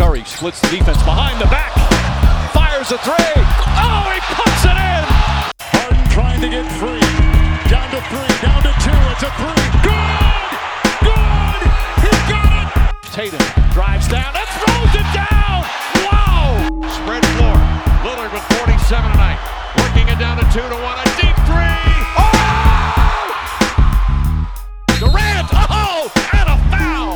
Murray splits the defense behind the back. Fires a three. Oh, he puts it in. Harden trying to get free. Down to three, down to two. It's a three. Good! Good! He got it! Tatum drives down and throws it down. Wow! Spread floor. Lillard with 47 tonight. Working it down to 2-1. A deep three. Oh! Durant. Oh! And a foul.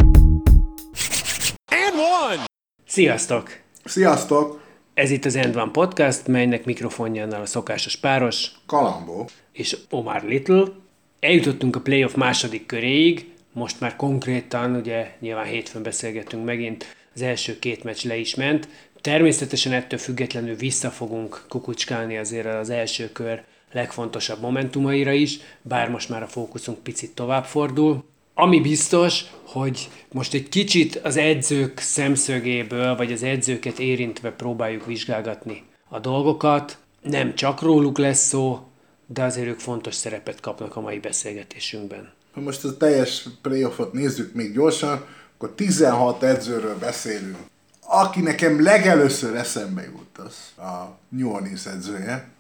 And one. Sziasztok! Sziasztok! Ez itt az End One Podcast, melynek mikrofonjánál a szokásos páros Kalambó. és Omar Little. Eljutottunk a playoff második köréig, most már konkrétan, ugye nyilván hétfőn beszélgettünk megint, az első két meccs le is ment. Természetesen ettől függetlenül vissza fogunk kukucskálni azért az első kör legfontosabb momentumaira is, bár most már a fókuszunk picit tovább fordul. Ami biztos, hogy most egy kicsit az edzők szemszögéből, vagy az edzőket érintve próbáljuk vizsgálgatni a dolgokat. Nem csak róluk lesz szó, de azért ők fontos szerepet kapnak a mai beszélgetésünkben. Ha most a teljes playoffot nézzük még gyorsan, akkor 16 edzőről beszélünk. Aki nekem legelőször eszembe jut, az a New Orleans edzője.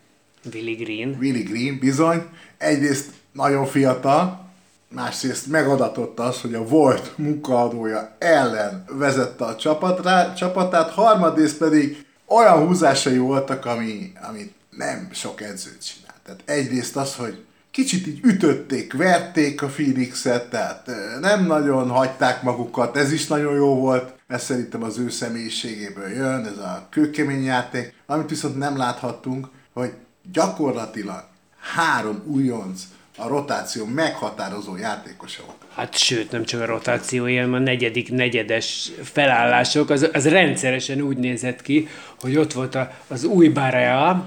Willie Green, bizony. Egyrészt nagyon fiatal, másrészt megadatott az, hogy a volt munkaadója ellen vezette a csapatát, harmadrészt pedig olyan húzásai voltak, amit nem sok edző csinált. Tehát egyrészt az, hogy kicsit így ütötték, verték a Phoenixet, tehát nem nagyon hagyták magukat, ez is nagyon jó volt, ez szerintem az ő személyiségéből jön, ez a kőkemény játék, amit viszont nem láthattunk, hogy gyakorlatilag 3 újonc a rotáció meghatározó játékosa volt. Hát sőt, nem csak a rotáció, ilyen a negyedes felállások, az rendszeresen úgy nézett ki, hogy ott volt az új Barea,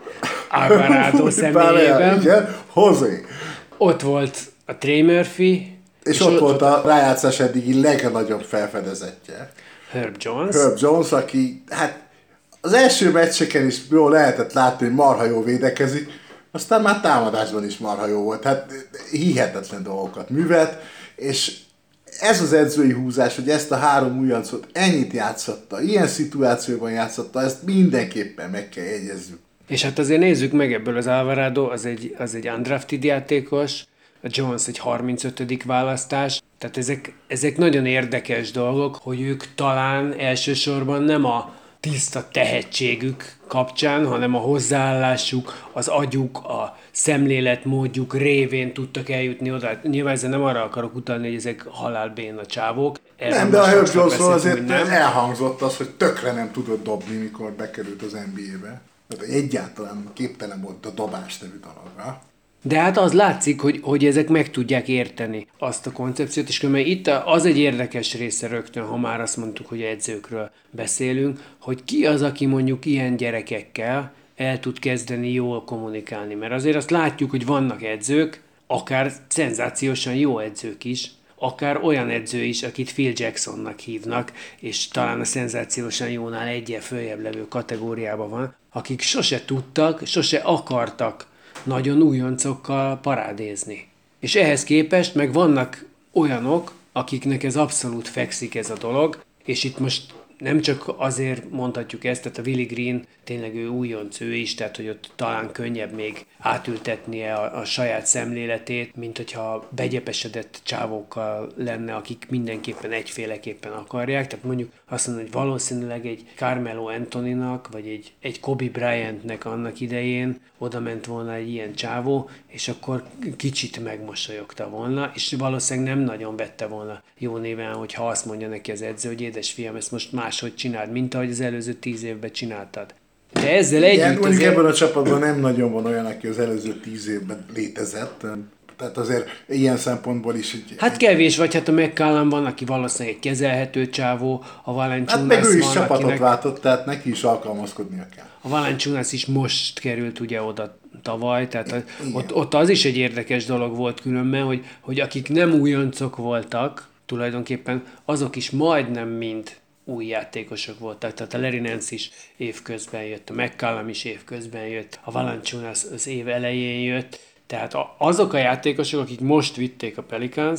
Alvarado személyében. Igen, José. Ott volt a Trey Murphy. És ott volt a rájátszás eddigi legnagyobb felfedezettje. Herb Jones, aki hát az első meccseken is jól lehetett látni, hogy marha jó védekezik, aztán már támadásban is marha jó volt. Hát hihetetlen dolgokat művelt, és ez az edzői húzás, hogy ezt a 3 újoncot ennyit játszotta, ilyen szituációban játszotta, ezt mindenképpen meg kell jegyezzük. És hát azért nézzük meg ebből az Alvarado, az egy undrafted játékos, a Jones egy 35. választás, tehát ezek nagyon érdekes dolgok, hogy ők talán elsősorban nem a tiszta tehetségük kapcsán, hanem a hozzáállásuk, az agyuk, a szemléletmódjuk révén tudtak eljutni oda. Nyilván ezzel nem arra akarok utalni, hogy ezek halálbéna csávók. Nem, de a Herb Jonesról azért elhangzott az, hogy tökre nem tudott dobni, mikor bekerült az NBA-be. Tehát egyáltalán képtelen volt a dobás nevű dologra. De hát az látszik, hogy ezek meg tudják érteni azt a koncepciót, és különben itt az egy érdekes része rögtön, ha már azt mondtuk, hogy edzőkről beszélünk, hogy ki az, aki mondjuk ilyen gyerekekkel el tud kezdeni jól kommunikálni. Mert azért azt látjuk, hogy vannak edzők, akár szenzációsan jó edzők is, akár olyan edző is, akit Phil Jacksonnak hívnak, és talán a szenzációsan jónál egyen följebb levő kategóriában van, akik sose tudtak, sose akartak nagyon újoncokkal parádézni. És ehhez képest meg vannak olyanok, akiknek ez abszolút fekszik ez a dolog, és itt most nem csak azért mondhatjuk ezt, tehát a Willie Green tényleg ő újonc ő is, tehát hogy ott talán könnyebb még átültetnie a saját szemléletét, mint hogyha begyepesedett csávókkal lenne, akik mindenképpen egyféleképpen akarják. Tehát mondjuk azt mondom, hogy valószínűleg egy Carmelo Anthonynak, vagy egy Kobe Bryantnek annak idején oda ment volna egy ilyen csávó, és akkor kicsit megmosolyogta volna, és valószínűleg nem nagyon vette volna jó néven, hogyha azt mondja neki az edző, hogy édesfiam, ezt most máshogy csináld, mint ahogy az előző 10 évben csináltad. De ezzel együtt mondjuk ebben a csapatban nem nagyon van olyan, aki az előző 10 évben létezett. Tehát azért ilyen szempontból is... Hát kevés vagy, hát a McCallum van, aki valószínűleg egy kezelhető csávó, a Valanciunas hát meg ő is van, csapatot váltott, tehát neki is alkalmazkodnia kell. A Valanciunas is most került ugye oda tavaly, tehát ott az is egy érdekes dolog volt különben, hogy akik nem újoncok voltak, tulajdonképpen azok is majdnem mind új játékosok voltak, tehát a Larry Nance is évközben jött, a McCallum is évközben jött, a Valanciunas az év elején jött, tehát azok a játékosok, akik most vitték a Pelicans-t,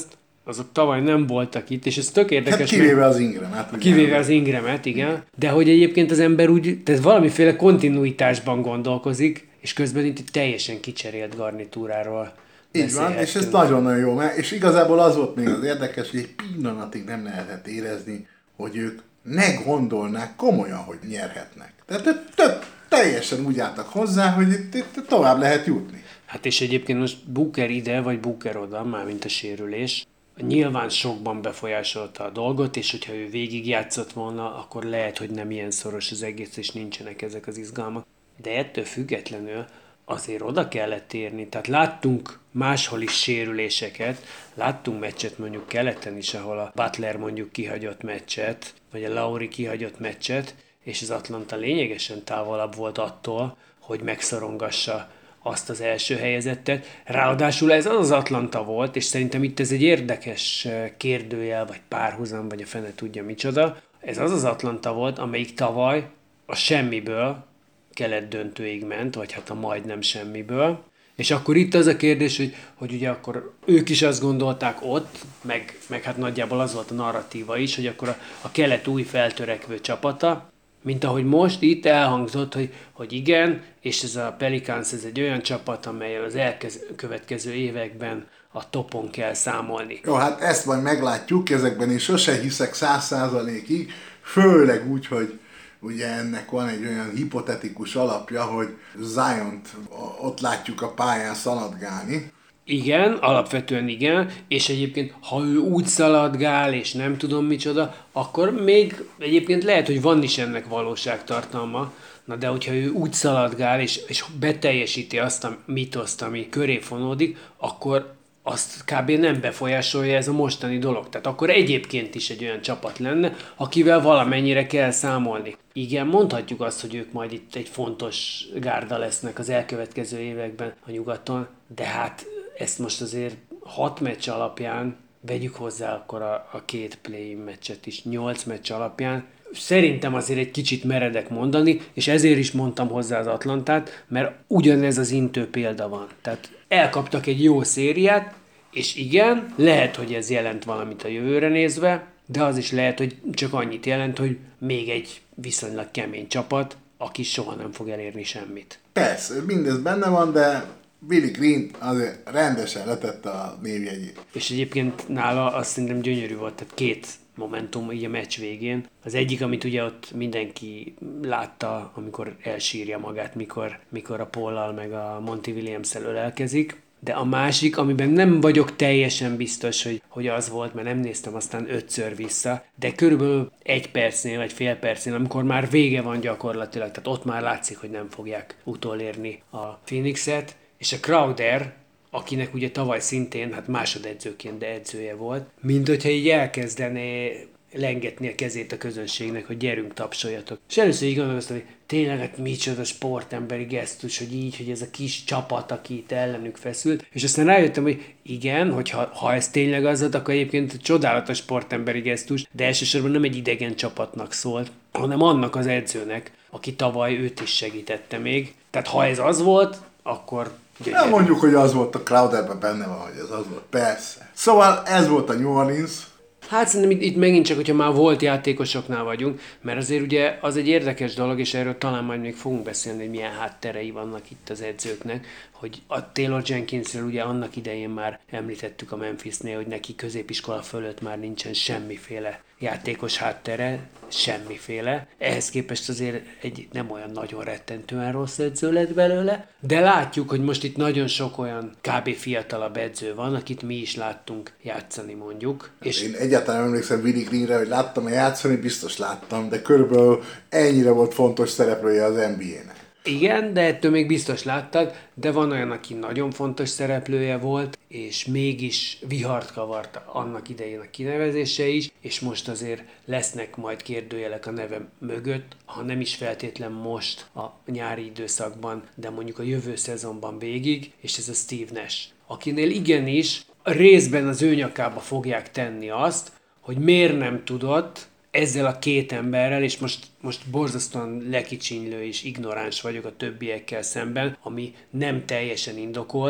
azok tavaly nem voltak itt, és ez tök érdekes. Hát kivéve az Ingramet. Kivéve az Ingramet, igen. De hogy egyébként az ember úgy, tehát valamiféle kontinuitásban gondolkozik, és közben itt egy teljesen kicserélt garnitúráról így van, és ez nagyon-nagyon jó, és igazából az volt még az érdekes, hogy egy pillanatig nem lehetett érezni, hogy ők ne gondolnák komolyan, hogy nyerhetnek. Tehát teljesen úgy álltak hozzá, hogy itt tovább lehet jutni. Hát és egyébként most Booker ide, vagy Booker oda, mármint a sérülés, nyilván sokban befolyásolta a dolgot, és hogyha ő végigjátszott volna, akkor lehet, hogy nem ilyen szoros az egész, és nincsenek ezek az izgalmak. De ettől függetlenül azért oda kellett érni. Tehát láttunk máshol is sérüléseket, láttunk meccset mondjuk keleten is, ahol a Butler mondjuk kihagyott meccset, vagy a Lowry kihagyott meccset, és az Atlanta lényegesen távolabb volt attól, hogy megszorongassa azt az első helyezettet. Ráadásul ez az Atlanta volt, és szerintem itt ez egy érdekes kérdőjel, vagy párhuzam, vagy a fene tudja micsoda. Ez az Atlanta volt, amelyik tavaly a semmiből kelet döntőig ment, vagy hát a majdnem semmiből. És akkor itt az a kérdés, hogy ugye akkor ők is azt gondolták ott, meg hát nagyjából az volt a narratíva is, hogy akkor a kelet új feltörekvő csapata, mint ahogy most itt elhangzott, hogy igen, és ez a Pelicans ez egy olyan csapat, amelyel az következő években a topon kell számolni. Jó, hát ezt majd meglátjuk, ezekben én sose hiszek 100%-ig, főleg úgy, hogy ugye ennek van egy olyan hipotetikus alapja, hogy Ziont ott látjuk a pályán szaladgálni. Igen, alapvetően igen, és egyébként ha ő úgy szaladgál, és nem tudom micsoda, akkor még egyébként lehet, hogy van is ennek valóságtartalma, na de hogyha ő úgy szaladgál, és beteljesíti azt a mitoszt, ami köré fonódik, akkor azt kb. Nem befolyásolja ez a mostani dolog. Tehát akkor egyébként is egy olyan csapat lenne, akivel valamennyire kell számolni. Igen, mondhatjuk azt, hogy ők majd itt egy fontos gárda lesznek az elkövetkező években a nyugaton, de hát ezt most azért 6 meccs alapján vegyük hozzá akkor a 2 play-in meccset is, 8 meccs alapján. Szerintem azért egy kicsit meredek mondani, és ezért is mondtam hozzá az Atlantát, mert ugyanez az intő példa van. Tehát elkaptak egy jó szériát, és igen, lehet, hogy ez jelent valamit a jövőre nézve, de az is lehet, hogy csak annyit jelent, hogy még egy viszonylag kemény csapat, aki soha nem fog elérni semmit. Persze, mindez benne van, de Willie Green azért rendesen letette a névjegyét. És egyébként nála azt szerintem gyönyörű volt, tehát 2 momentum így a meccs végén. Az egyik, amit ugye ott mindenki látta, amikor elsírja magát, mikor a Paul-al meg a Monty Williams-el ölelkezik. De a másik, amiben nem vagyok teljesen biztos, hogy az volt, mert nem néztem aztán 5-ször vissza, de körülbelül 1 percnél, vagy fél percnél, amikor már vége van gyakorlatilag, tehát ott már látszik, hogy nem fogják utolérni a Phoenixet, és a Crowder, akinek ugye tavaly szintén, hát másodedzőként, de edzője volt, mint hogyha így elkezdené lengetni a kezét a közönségnek, hogy gyerünk, tapsoljatok. És először így gondolkoztam, hogy tényleg hát micsoda sportemberi gesztus, hogy így, hogy ez a kis csapat, aki itt ellenük feszült. És aztán rájöttem, hogy igen, hogy ha ez tényleg az volt, akkor egyébként csodálatos sportemberi gesztus, de elsősorban nem egy idegen csapatnak szólt, hanem annak az edzőnek, aki tavaly őt is segítette még. Tehát ha ez az volt, akkor nem mondjuk, hogy az volt, a Crowderben benne van, hogy ez az volt. Persze. Szóval ez volt a New Orleans. Hát szerintem itt megint csak, hogyha már volt játékosoknál vagyunk, mert azért ugye az egy érdekes dolog, és erről talán majd még fogunk beszélni, hogy milyen hátterei vannak itt az edzőknek, hogy a Taylor Jenkinsről ugye annak idején már említettük a Memphisnél, hogy neki középiskola fölött már nincsen semmiféle játékos háttere, semmiféle. Ehhez képest azért egy nem olyan nagyon rettentően rossz edző lett belőle, de látjuk, hogy most itt nagyon sok olyan kb. Fiatalabb edző van, akit mi is láttunk játszani mondjuk. És én egyáltalán emlékszem Willie Greenre, hogy láttam játszani, biztos láttam, de körülbelül ennyire volt fontos szereplője az NBA-nek. Igen, de ettől még biztos láttad, de van olyan, aki nagyon fontos szereplője volt, és mégis vihart kavart annak idején a kinevezése is, és most azért lesznek majd kérdőjelek a neve mögött, ha nem is feltétlen most a nyári időszakban, de mondjuk a jövő szezonban végig, és ez a Steve Nash, akinél igenis részben az ő nyakába fogják tenni azt, hogy miért nem tudott ezzel a 2 emberrel, és most borzasztóan lekicsinylő és ignoráns vagyok a többiekkel szemben, ami nem teljesen indokolt,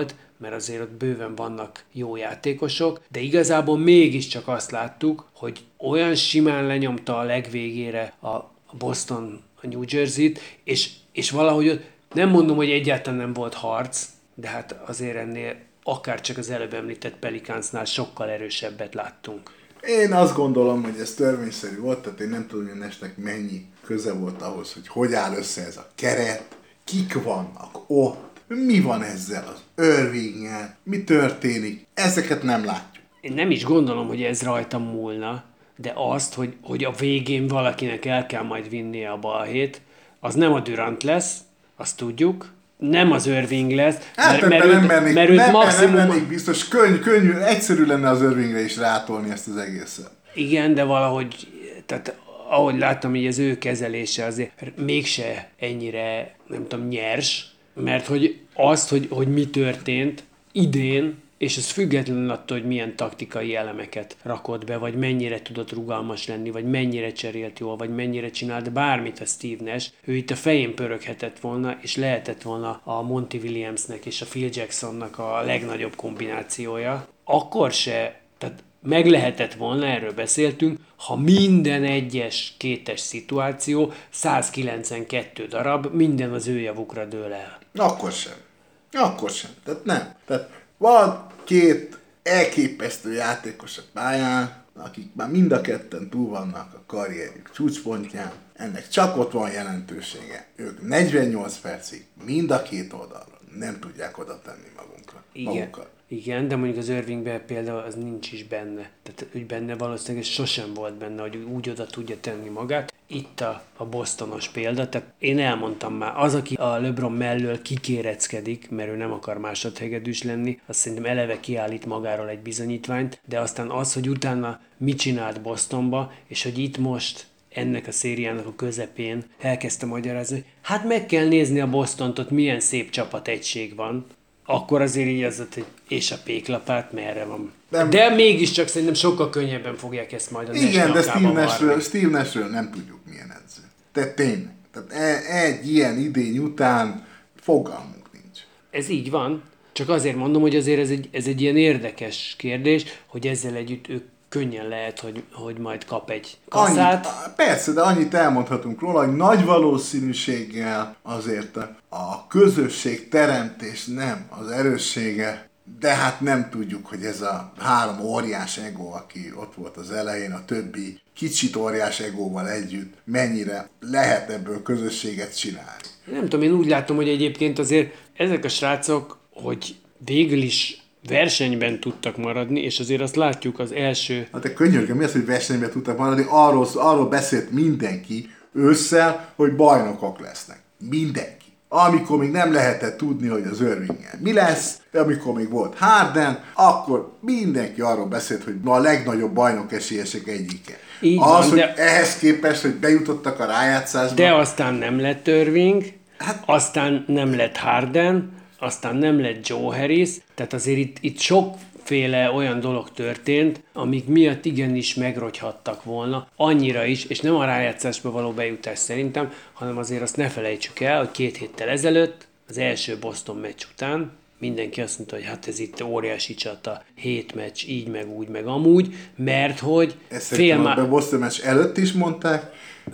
mert azért ott bőven vannak jó játékosok, de igazából mégiscsak azt láttuk, hogy olyan simán lenyomta a legvégére a Boston a New Jersey-t, és valahogy ott nem mondom, hogy egyáltalán nem volt harc, de hát azért ennél akár csak az előbb említett Pelicansnál sokkal erősebbet láttunk. Én azt gondolom, hogy ez törvényszerű volt, tehát én nem tudom, hogy a Nashnek mennyi köze volt ahhoz, hogy áll össze ez a keret, kik vannak ott, mi van ezzel az Irvinggel, mi történik, ezeket nem látjuk. Én nem is gondolom, hogy ez rajta múlna, de azt, hogy a végén valakinek el kell majd vinnie a balhét, az nem a Durant lesz, azt tudjuk, nem az Irving lesz, Hát mert nem lennék biztos, könnyű, egyszerű lenne az Irvingre is rátolni ezt az egészet. Igen, de valahogy, tehát ahogy láttam, hogy az ő kezelése azért mégse ennyire, nem tudom, nyers, mert hogy azt, hogy mi történt idén, és ez függetlenül attól, hogy milyen taktikai elemeket rakott be, vagy mennyire tudott rugalmas lenni, vagy mennyire cserélt jól, vagy mennyire csinált bármit a Steve Nash, ő itt a fején pöröghetett volna, és lehetett volna a Monty Williamsnek és a Phil Jacksonnak a legnagyobb kombinációja. Akkor se, tehát meg lehetett volna, erről beszéltünk, ha minden egyes kétes szituáció 192 darab, minden az ő javukra dől el. Akkor sem. Tehát nem. Tehát van két elképesztő játékos a pályán, akik már mind a ketten túl vannak a karrierjük csúcspontján. Ennek csak ott van jelentősége. Ők 48 percig mind a két oldalról nem tudják oda tenni magukat. Igen, de mondjuk az Irvingben például az nincs is benne. Tehát úgy benne valószínűleg sosem volt benne, hogy úgy oda tudja tenni magát. Itt a Bostonos példa, tehát én elmondtam már, az, aki a LeBron mellől kikéreckedik, mert ő nem akar másodhegedűs lenni, azt szerintem eleve kiállít magáról egy bizonyítványt, de aztán az, hogy utána mit csinált Bostonba, és hogy itt most ennek a szériának a közepén elkezdte magyarázni, hogy hát meg kell nézni a Bostont, ott milyen szép csapategység van, akkor azért így az, hogy és a péklapát merre van. Nem. De mégiscsak szerintem sokkal könnyebben fogják ezt majd a igen, de Steve Nashről nem tudjuk milyen edző. Tehát tényleg. Tehát egy ilyen idény után fogalmunk nincs. Ez így van. Csak azért mondom, hogy azért ez egy ilyen érdekes kérdés, hogy ezzel együtt ők könnyen lehet, hogy majd kap egy kasszát. Persze, de annyit elmondhatunk róla, hogy nagy valószínűséggel azért a közösség teremtés nem az erőssége, de hát nem tudjuk, hogy ez a három óriás ego, aki ott volt az elején, a többi kicsit óriás egóval együtt, mennyire lehet ebből közösséget csinálni. Nem tudom, én úgy látom, hogy egyébként azért ezek a srácok, hogy végül is versenyben tudtak maradni, és azért azt látjuk az első... Hát te könyörgöm, mi az, hogy versenyben tudtak maradni? Arról beszélt mindenki ősszel, hogy bajnokok lesznek. Mindenki. Amikor még nem lehetett tudni, hogy az Irvinggel mi lesz, de amikor még volt Harden, akkor mindenki arról beszélt, hogy a legnagyobb bajnok esélyesek egyike. Így az, van, hogy de... ehhez képest, hogy bejutottak a rájátszásba... De aztán nem lett Irving, aztán nem lett Harden, aztán nem lett Joe Harris, tehát azért itt sokféle olyan dolog történt, amik miatt igenis megrogyhattak volna, annyira is, és nem a rájátszásba való bejutás szerintem, hanem azért azt ne felejtsük el, hogy 2 héttel ezelőtt, az első Boston meccs után mindenki azt mondta, hogy hát ez itt óriási csata, 7 meccs, így meg úgy, meg amúgy, mert hogy a Boston meccs előtt is mondták,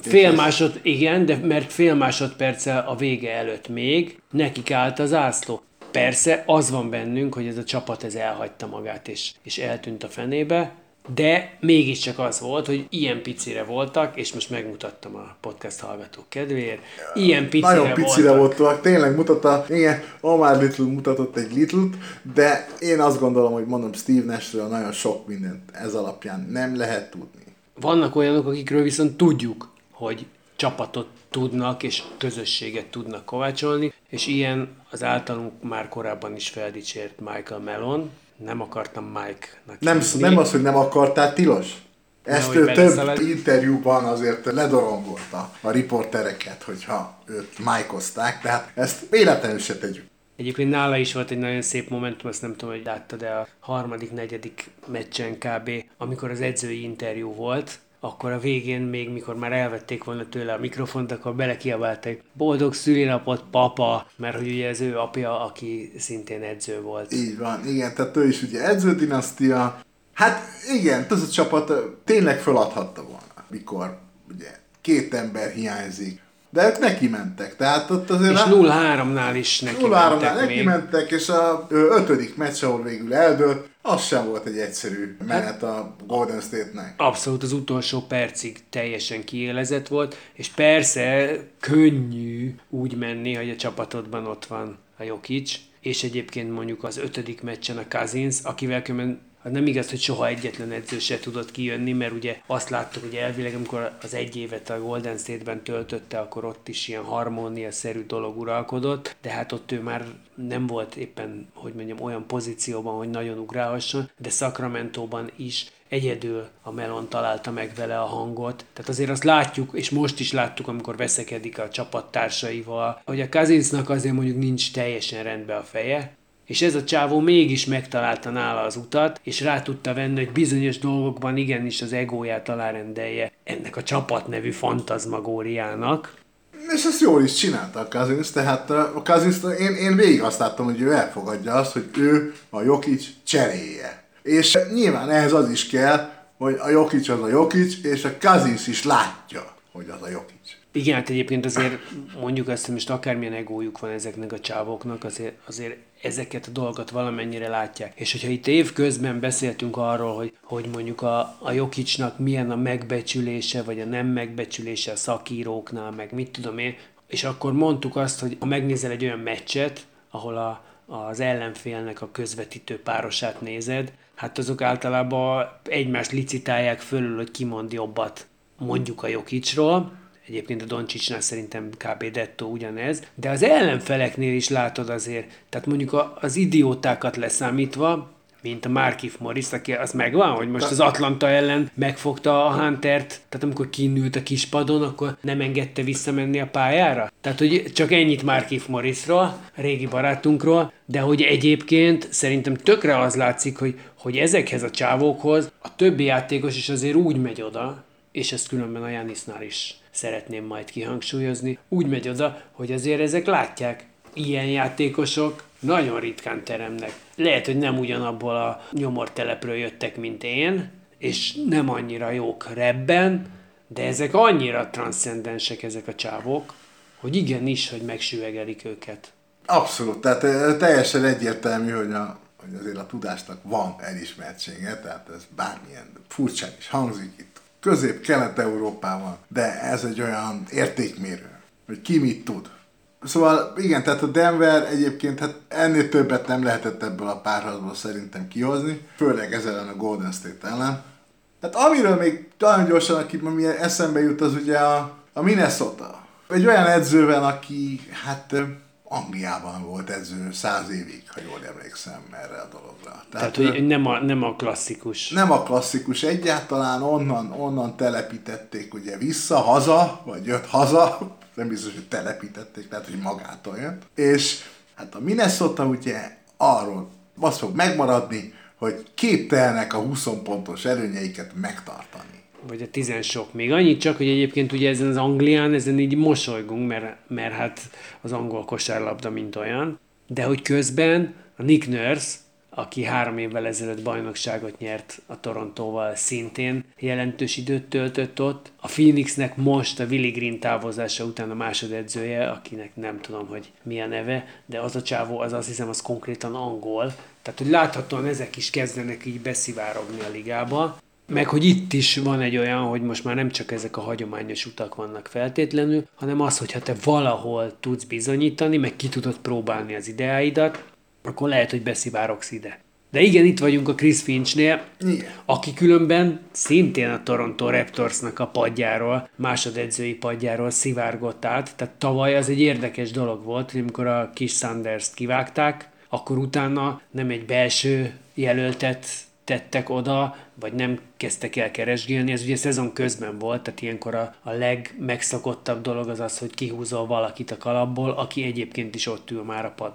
igen, de mert fél másodperccel a vége előtt még nekik állt az zászló. Persze az van bennünk, hogy ez a csapat ez elhagyta magát és eltűnt a fenébe, de mégiscsak az volt, hogy ilyen picire voltak, és most megmutattam a podcast hallgatók kedvéért, ilyen picire nagyon picire voltak. Tényleg mutatta, igen, Omar Little mutatott egy Little-t, de én azt gondolom, hogy mondom, Steve Nashről nagyon sok mindent ez alapján nem lehet tudni. Vannak olyanok, akikről viszont tudjuk, hogy csapatot tudnak és közösséget tudnak kovácsolni, és ilyen az általunk már korábban is feldicsért Michael Malone. Nem akartam Mike-nak hívni. Nem az, hogy nem akartál, tilos. Ezt több interjúban azért ledorongolta a riportereket, hogyha őt Mike-ozták, tehát ezt véletlenül se tegyük. Egyébként nála is volt egy nagyon szép momentum, azt nem tudom, hogy láttad, de a 3., 4. meccsen kb., amikor az edzői interjú volt, akkor a végén még mikor már elvették volna tőle a mikrofont, akkor belekiabálták, boldog szülinapot, papa, mert hogy ugye ez ő apja, aki szintén edző volt. Így van, igen, tehát ő is ugye edződinasztia. Hát igen, ez a csapat tényleg feladhatta volna, mikor ugye 2 ember hiányzik. De ők neki mentek, tehát ott azért... És 0-3-nál is neki 0-3-nál neki mentek, és a 5. meccs, ahol végül eldőlt, az sem volt egy egyszerű menet a Golden State-nek. Abszolút az utolsó percig teljesen kiélezett volt, és persze könnyű úgy menni, hogy a csapatodban ott van a Jokic, és egyébként mondjuk az 5. meccsen a Cousins, akivel különben nem igaz, hogy soha egyetlen edző se tudott kijönni, mert ugye azt láttuk, hogy elvileg, amikor az 1 évet a Golden State-ben töltötte, akkor ott is ilyen harmóniaszerű dolog uralkodott, de hát ott ő már nem volt éppen, hogy mondjam, olyan pozícióban, hogy nagyon ugrálhasson, de Sacramentóban is egyedül a Melon találta meg vele a hangot. Tehát azért azt látjuk, és most is láttuk, amikor veszekedik a csapattársaival, hogy a Cousinsnak azért mondjuk nincs teljesen rendben a feje, és ez a csávó mégis megtalálta nála az utat, és rá tudta venni, hogy bizonyos dolgokban igenis az egóját alárendelje ennek a csapat nevű fantazmagóriának. És ezt jól is csinálta a Cousins, tehát a Cousins, én végig azt láttam, hogy ő elfogadja azt, hogy ő a Jokic cseréje. És nyilván ehhez az is kell, hogy a Jokic az a Jokic, és a Cousins is látja, hogy az a Jokic. Igen, hát egyébként azért mondjuk azt, hogy most akármilyen egójuk van ezeknek a csávoknak, azért ezeket a dolgokat valamennyire látják. És hogyha itt évközben beszéltünk arról, hogy mondjuk a Jokicnak milyen a megbecsülése, vagy a nem megbecsülése a szakíróknál, meg mit tudom én, és akkor mondtuk azt, hogy ha megnézel egy olyan meccset, ahol az ellenfélnek a közvetítő párosát nézed, hát azok általában egymást licitálják fölül, hogy ki mond jobbat mondjuk a Jokicról. Egyébként a Doncsicsnál szerintem kb. Dettó ugyanez, de az ellenfeleknél is látod azért, tehát mondjuk az idiótákat leszámítva, mint a Markieff Morris, aki az megvan, hogy most az Atlanta ellen megfogta a Huntert, tehát amikor kinült a kispadon, akkor nem engedte visszamenni a pályára. Tehát, hogy csak ennyit Markieff Morrisról, régi barátunkról, de hogy egyébként szerintem tökre az látszik, hogy ezekhez a csávókhoz a többi játékos is azért úgy megy oda, és ezt különben a Giannisnál is szeretném majd kihangsúlyozni, úgy megy oda, hogy azért ezek látják, ilyen játékosok nagyon ritkán teremnek. Lehet, hogy nem ugyanabból a nyomortelepről jöttek, mint én, és nem annyira jók rebben, de ezek annyira transzcendensek ezek a csávok, hogy igenis, hogy megsüvegelik őket. Abszolút, tehát teljesen egyértelmű, hogy azért a tudásnak van elismertsége, tehát ez bármilyen furcsán is hangzik itt Közép-Kelet-Európában, de ez egy olyan értékmérő, hogy ki mit tud. Szóval igen, tehát a Denver egyébként hát ennél többet nem lehetett ebből a párharcból szerintem kihozni, főleg ezzel a Golden State ellen. Hát amiről még nagyon gyorsan, ami eszembe jut, az ugye a Minnesota. Egy olyan edzővel, aki hát Angliában volt edző 100 évig, ha jól emlékszem erre a dologra. Tehát hogy nem a klasszikus. Nem a klasszikus, egyáltalán onnan telepítették ugye haza, vagy jött haza, nem biztos, hogy telepítették, tehát hogy magától jött. És hát a Minnesota ugye arról az fog megmaradni, hogy képtelnek a 20 pontos előnyeiket megtartani. Vagy a 10 sok. Még annyit csak, hogy egyébként ugye ezen az Anglián, ezen így mosolygunk, mert hát az angol kosárlabda mint olyan, de hogy közben a Nick Nurse, aki 3 évvel ezelőtt bajnokságot nyert a Torontóval, szintén jelentős időt töltött ott. A Phoenixnek most a Willie Green távozása után a másodedzője, akinek nem tudom, hogy mi a neve, de az a csávó, az azt hiszem, az konkrétan angol. Tehát, hogy láthatóan ezek is kezdenek így beszivárogni a ligába. Meg hogy itt is van egy olyan, hogy most már nem csak ezek a hagyományos utak vannak feltétlenül, hanem az, hogyha te valahol tudsz bizonyítani, meg ki tudod próbálni az ideáidat, akkor lehet, hogy beszivárogsz ide. De igen, itt vagyunk a Chris Finchnél, aki különben szintén a Toronto Raptorsnak a padjáról, másodedzői padjáról szivárgott át. Tehát tavaly az egy érdekes dolog volt, hogy amikor a kis Sanders-t kivágták, akkor utána nem egy belső jelöltet tettek oda, vagy nem kezdtek el keresgélni. Ez ugye szezon közben volt, tehát ilyenkor a legmegszokottabb dolog az, hogy kihúzol valakit a kalapból, aki egyébként is ott ül már a padon.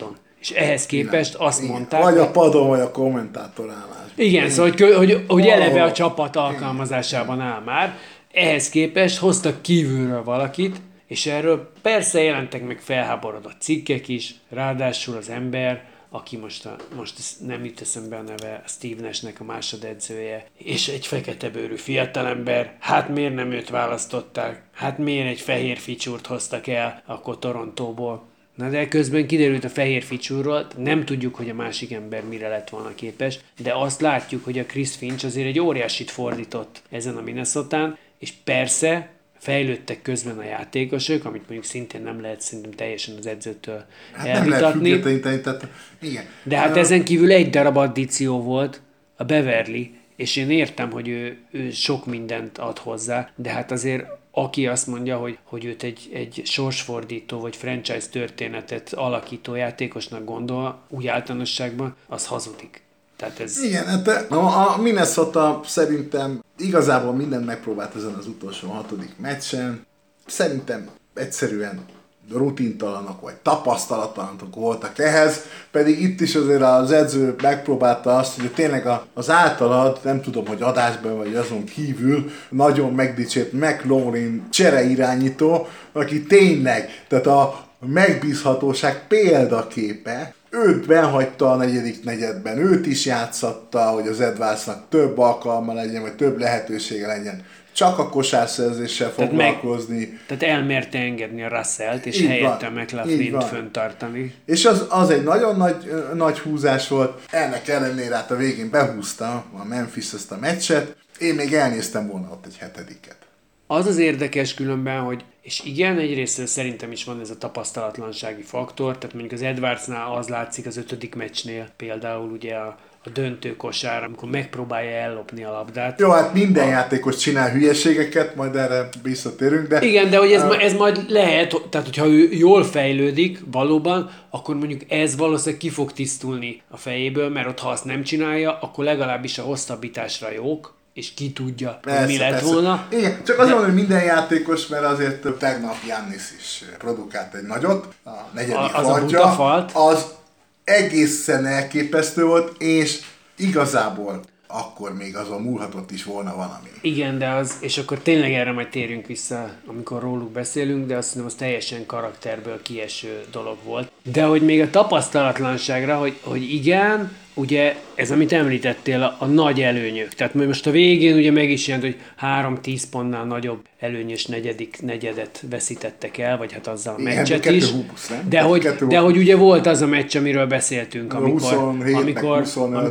És ehhez képest azt mondták... Vagy a padon, vagy a kommentátor állás. Igen, szóval, hogy eleve a csapat alkalmazásában áll már. Ehhez képest hoztak kívülről valakit, és erről persze jelentek meg felháborodott cikkek is, ráadásul az ember, aki most nem jut eszembe a neve, Steve Nashnek a másodedzője, és egy feketebőrű fiatalember, hát miért nem őt választották? Hát miért egy fehér ficsúrt hoztak el akkor Torontóból? Na de közben kiderült a fehér ficsúrról, nem tudjuk, hogy a másik ember mire lett volna képes, de azt látjuk, hogy a Chris Finch azért egy óriásit fordított ezen a Minnesotán, és persze fejlődtek közben a játékosok, amit mondjuk szintén nem lehet szerintem teljesen az edzőtől elvitatni. Nem lehet igen. De hát ezen kívül egy darab addíció volt, a Beverly, és én értem, hogy ő sok mindent ad hozzá, de hát azért aki azt mondja, hogy őt egy sorsfordító vagy franchise történetet alakító játékosnak gondol, úgy általánosságban, az hazudik. Tehát ez... Igen, hát a Minnesota szerintem igazából mindent megpróbált ezen az utolsó 6. meccsen. Szerintem egyszerűen rutintalanok vagy tapasztalatlanok voltak ehhez, pedig itt is azért az edző megpróbálta azt, hogy tényleg az általad, nem tudom, hogy adásban vagy azon kívül, nagyon megdicsért McLaurin csereirányító, aki tényleg, tehát a megbízhatóság példaképe, őt benhagyta a 4. negyedben, őt is játszatta, hogy az Edwardsnak több alkalma legyen, vagy több lehetősége legyen. Csak a kosárszerzéssel foglalkozni. Tehát elmerte engedni a Russellt, és helyette McLaughlint föntartani. És az egy nagyon nagy húzás volt. Ennek ellenére hát a végén behúzta a Memphis ezt a meccset. Én még elnéztem volna ott egy 7. Az az érdekes különben, hogy és igen, egyrésztről szerintem is van ez a tapasztalatlansági faktor, tehát mondjuk az Edwardsnál az látszik az 5. meccsnél, például ugye a döntő kosár, amikor megpróbálja ellopni a labdát. Jó, hát minden játékos csinál hülyeségeket, majd erre visszatérünk, de... Igen, de hogy ez majd lehet, tehát hogyha ő jól fejlődik valóban, akkor mondjuk ez valószínűleg ki fog tisztulni a fejéből, mert ott ha azt nem csinálja, akkor legalábbis a hosszabbításra jók, és ki tudja, persze, mi lett volna. Igen, csak azért mondom, hogy minden játékos, mert azért tegnap Giannis is produkált egy nagyot, a 4. faltja, az egészen elképesztő volt, és igazából akkor még azon múlhatott is volna valami. Igen, de és akkor tényleg erre majd térjünk vissza, amikor róluk beszélünk, de azt hiszem, az teljesen karakterből kieső dolog volt. De hogy még a tapasztalatlanságra, hogy igen, ugye ez, amit említettél, a nagy előnyök. Tehát most a végén ugye meg is jelent, hogy 3-10 pontnál nagyobb előnyös negyedet veszítettek el, vagy hát azzal a meccset is. 20, de hogy ugye volt az a meccs, amiről beszéltünk, amikor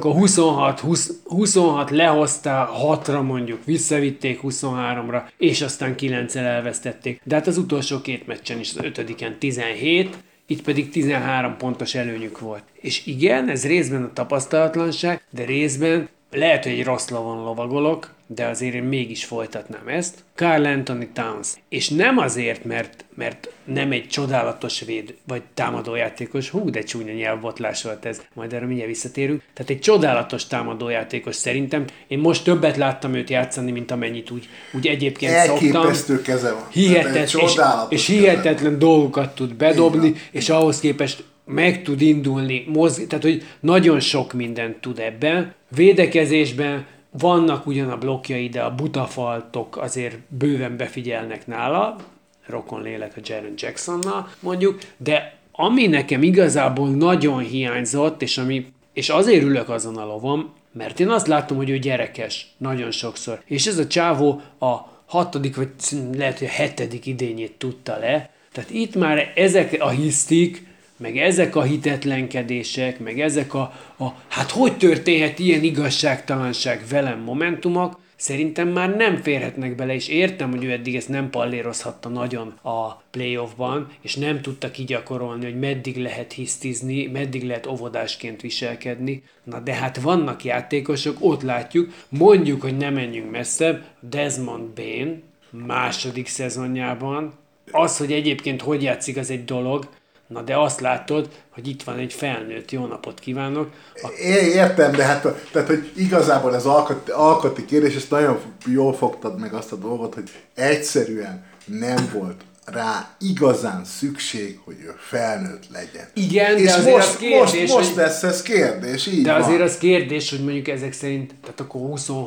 26 lehozta, 6-ra mondjuk visszavitték 23-ra, és aztán 9-el elvesztették. De hát az utolsó 2 meccsen is, az 5-en 17, itt pedig 13 pontos előnyük volt. És igen, ez részben a tapasztalatlanság, de részben lehet, hogy egy rossz lovon lovagolok, de azért én mégis folytatnám ezt. Karl Anthony Towns. És nem azért, mert nem egy csodálatos véd, vagy támadójátékos, de csúnya nyelvbotlás volt ez, majd erre mindjárt visszatérünk. Tehát egy csodálatos támadójátékos szerintem. Én most többet láttam őt játszani, mint amennyit úgy egyébként szoktam. Elképesztő keze van. És hihetetlen dolgokat tud bedobni, és ahhoz képest meg tud indulni, tehát hogy nagyon sok mindent tud ebben. Védekezésben vannak ugyan a blokkjai, de a butafaltok azért bőven befigyelnek nála, rokon lélek a Jaren Jacksonnal mondjuk, de ami nekem igazából nagyon hiányzott, és azért ülök azon a lovom, mert én azt látom, hogy ő gyerekes nagyon sokszor. És ez a csávó a 6. vagy lehet, hogy a 7. idényét tudta le. Tehát itt már ezek a hisztik, meg ezek a hitetlenkedések, meg ezek hát hogy történhet ilyen igazságtalanság velem momentumok, szerintem már nem férhetnek bele, és értem, hogy ő eddig ezt nem pallérozhatta nagyon a playoffban, és nem tudta kigyakorolni, hogy meddig lehet hisztizni, meddig lehet óvodásként viselkedni. Na de hát vannak játékosok, ott látjuk, mondjuk, hogy nem menjünk messzebb, Desmond Bane második szezonjában, az, hogy egyébként hogy játszik, az egy dolog. Na de azt látod, hogy itt van egy felnőtt, jó napot kívánok. Értem, de hát tehát, hogy igazából ez alkati kérdés, és nagyon jól fogtad meg azt a dolgot, hogy egyszerűen nem volt rá igazán szükség, hogy ő felnőtt legyen. Igen, és de azért az kérdés, most lesz ez kérdés, így de van. azért az kérdés, hogy mondjuk ezek szerint, tehát akkor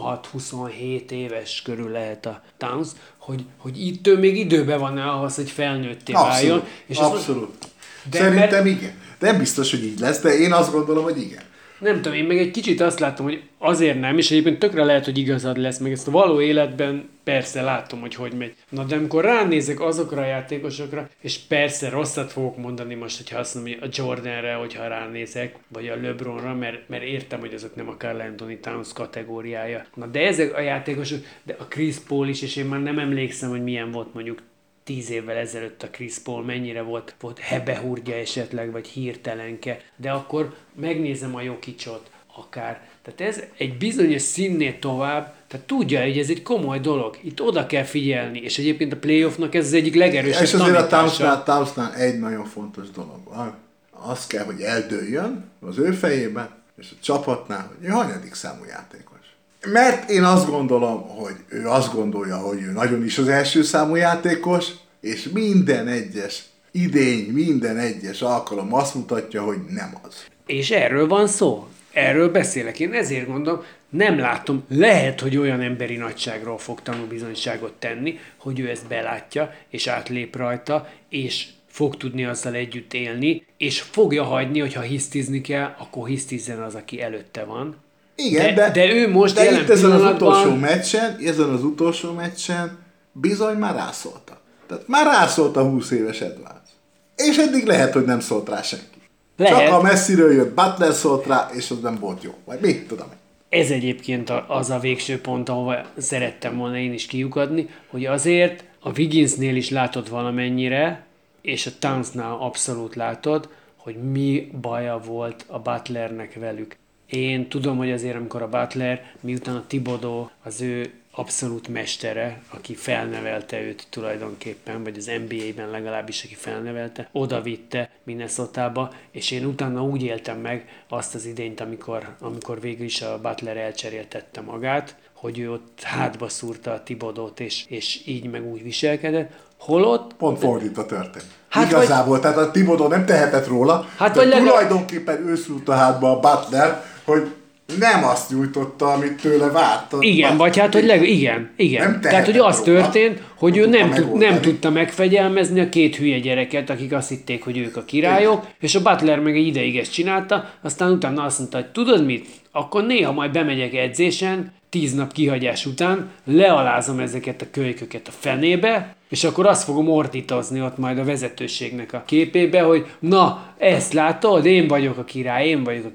26-27 éves körül lehet a Towns, hogy itt ő még időben van ahhoz, hogy felnőtté váljon. És abszolút. Szerintem igen. Nem biztos, hogy így lesz, de én azt gondolom, hogy igen. Nem tudom, én meg egy kicsit azt látom, hogy azért nem, és egyébként tökre lehet, hogy igazad lesz, meg ezt a való életben persze látom, hogy megy. Na de amikor ránézek azokra a játékosokra, és persze rosszat fogok mondani most, hogyha azt mondom, hogy a Jordanre, hogyha ránézek, vagy a LeBronra, mert értem, hogy azok nem a Karl Anthony Towns kategóriája. Na de ezek a játékosok, de a Chris Paul is, és én már nem emlékszem, hogy milyen volt mondjuk 10 évvel ezelőtt a Chris Paul, mennyire volt hebehúrgya esetleg, vagy hirtelenke, de akkor megnézem a Jokicot akár. Tehát ez egy bizonyos színnél tovább, tehát tudja, hogy ez egy komoly dolog. Itt oda kell figyelni, és egyébként a playoffnak ez az egyik legerősebb és azért tanítása. a Townsnál egy nagyon fontos dolog van. Az kell, hogy eldőljön az ő fejében, és a csapatnál, hogy ő hanyadik számú játékos. Mert én azt gondolom, hogy ő azt gondolja, hogy ő nagyon is az első számú játékos, és minden egyes idény, minden egyes alkalom azt mutatja, hogy nem az. És erről van szó. Erről beszélek. Én ezért gondolom, nem látom, lehet, hogy olyan emberi nagyságról fog tanúbizonyságot tenni, hogy ő ezt belátja, és átlép rajta, és fog tudni azzal együtt élni, és fogja hagyni, hogyha hisztizni kell, akkor hisztizzen az, aki előtte van. Igen, de ő most de jelen itt ezen pillanatban... ezen az utolsó meccsen bizony már rászólta. Tehát már rászólt a 20 éves Edwards. És eddig lehet, hogy nem szólt rá senki. Lehet. Csak a messziről jött Butler szólt rá, és az nem volt jó. Vagy mit tudom én. Ez egyébként az a végső pont, ahova szerettem volna én is kiukadni, hogy azért a Wigginsnél is látod valamennyire, és a Townsnál abszolút látod, hogy mi baja volt a Butlernek velük. Én tudom, hogy azért, amikor a Butler, miután a Thibodeau az ő abszolút mestere, aki felnevelte őt tulajdonképpen, vagy az NBA-ben legalábbis, aki felnevelte, oda vitte Minnesotába, és én utána úgy éltem meg azt az idényt, amikor végül is a Butler elcseréltette magát, hogy ő ott hátba szúrta a Thibodeaut, és így meg úgy viselkedett, holott... Pont fordítva történt. Hát igazából, tehát a Thibodeau nem tehetett róla, hát de tulajdonképpen ő szúrta hátba a Butler, hogy nem azt nyújtotta, amit tőle várt. Igen, vagy hát, hogy igen. Tehát, hogy az történt, hogy ő nem tudta megfegyelmezni a két hülye gyereket, akik azt hitték, hogy ők a királyok, és a Butler meg egy ideig ezt csinálta, aztán utána azt mondta, hogy tudod mit, akkor néha majd bemegyek edzésen, 10 nap kihagyás után, lealázom ezeket a kölyköket a fenébe, és akkor azt fogom ordítozni ott majd a vezetőségnek a képébe, hogy na, ezt látod, én vagyok a király.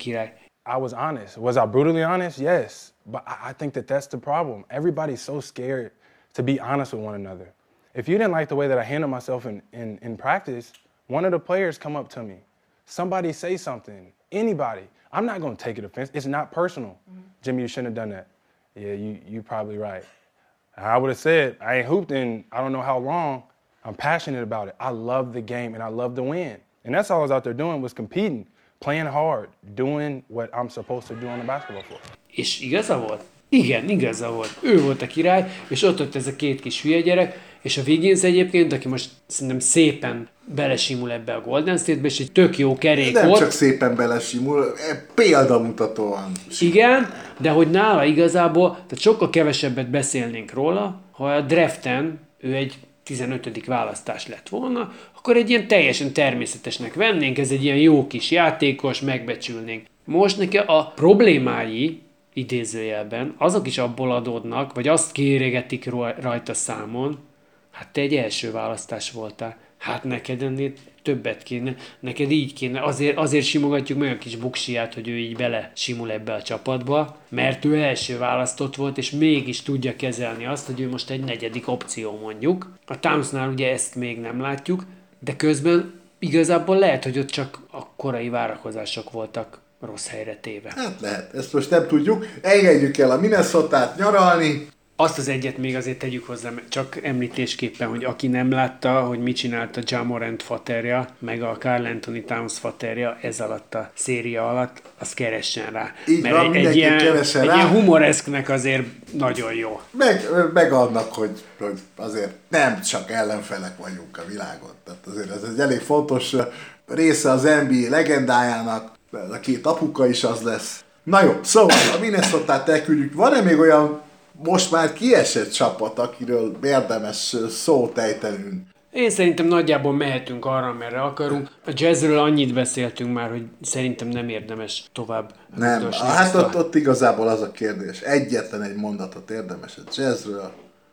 I was honest. Was I brutally honest? Yes. But I think that's the problem. Everybody's so scared to be honest with one another. If you didn't like the way that I handled myself in practice, one of the players come up to me. Somebody say something. Anybody. I'm not going to take it offense. It's not personal. Jimmy, you shouldn't have done that. Yeah, you're probably right. I would have said, I ain't hooped in I don't know how long. I'm passionate about it. I love the game and I love to win. And that's all I was out there doing was competing. Playing hard, doing what I'm supposed to do on the basketball floor. És igaza volt? Igen, igaza volt. Ő volt a király, és ott ez a két kis hülye gyerek, és a Wiggins egyébként, aki most szerintem szépen belesimul ebbe a Golden State-be, és egy tök jó kerék nem volt. Nem csak szépen belesimul, példamutatóan. Igen, de hogy nála igazából, tehát sokkal kevesebbet beszélnénk róla, ha a draften ő egy 15. választás lett volna, akkor egy ilyen teljesen természetesnek vennénk, ez egy ilyen jó kis játékos, megbecsülnénk. Most neki a problémái, idézőjelben, azok is abból adódnak, vagy azt kéregetik rajta számon, hát te egy első választás voltál, hát neked ennél többet kéne, neked így kéne, azért simogatjuk meg a kis buksiját, hogy ő így bele simul ebbe a csapatba, mert ő első választott volt, és mégis tudja kezelni azt, hogy ő most egy 4. opció mondjuk. A Townsnál ugye ezt még nem látjuk, de közben igazából lehet, hogy ott csak a korai várakozások voltak rossz helyre téve. Hát lehet, ezt most nem tudjuk. Engedjük el a Minnesotát nyaralni. Azt az egyet még azért tegyük hozzá, csak említésképpen, hogy aki nem látta, hogy mit csinált a Ja Morant faterja, meg a Karl Anthony Towns faterja ez alatt a széria alatt, az keressen rá. Így mert van, egy ilyen rá. Ilyen humoreszknek azért nagyon jó. Meg annak, hogy azért nem csak ellenfelek vagyunk a világon. Tehát azért ez egy elég fontos része az NBA legendájának, a két apuka is az lesz. Na jó, szóval a Minnesotát elküldjük. Van-e még olyan most már kiesett csapat, akiről érdemes szót ejtenünk? Én szerintem nagyjából mehetünk arra, merre akarunk. A Jazzről annyit beszéltünk már, hogy szerintem nem érdemes tovább. Nem, hát ott igazából az a kérdés. Egyetlen egy mondatot érdemes a Jazzről.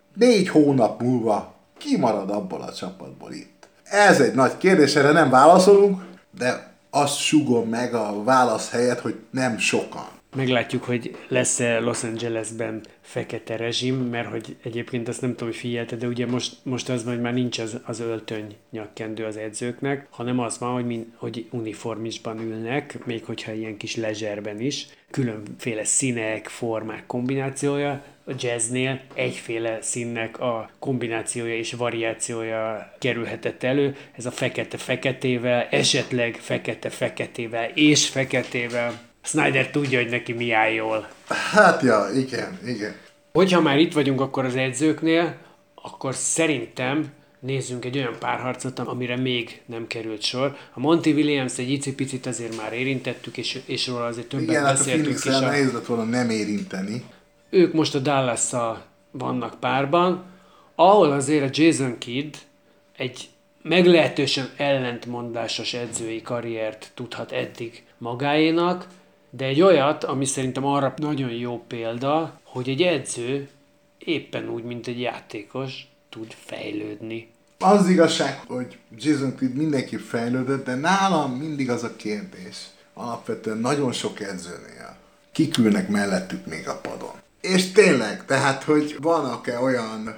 4 hónap múlva ki marad abból a csapatból itt? Ez egy nagy kérdés, erre nem válaszolunk, de azt sugom meg a válasz helyett, hogy nem sokan. Meglátjuk, hogy lesz-e Los Angelesben fekete rezsim, mert hogy egyébként azt nem tudom, hogy figyelte, de ugye most az van, hogy már nincs az öltöny nyakkendő az edzőknek, hanem az van, hogy uniformisban ülnek, még hogyha ilyen kis lezserben is, különféle színek, formák kombinációja. A Jazznél egyféle színnek a kombinációja és variációja kerülhetett elő, ez a fekete-feketével, esetleg fekete-feketével és feketével. Snyder tudja, hogy neki mi áll jól. Hát ja, igen. Hogyha már itt vagyunk akkor az edzőknél, akkor szerintem nézzünk egy olyan párharcot, amire még nem került sor. A Monty Williams egy icipicit azért már érintettük, és róla azért többet beszéltünk. Igen, hát a Phoenix-el nehéz lett volna nem érinteni. Ők most a Dallasszal vannak párban, ahol azért a Jason Kidd egy meglehetősen ellentmondásos edzői karriert tudhat eddig magáénak, de egy olyat, ami szerintem arra nagyon jó példa, hogy egy edző éppen úgy, mint egy játékos tud fejlődni. Az igazság, hogy Jason Kidd mindenképp fejlődött, de nálam mindig az a kérdés, alapvetően nagyon sok edzőnél, kik ülnek mellettük még a padon. És tényleg, tehát, hogy vannak-e olyan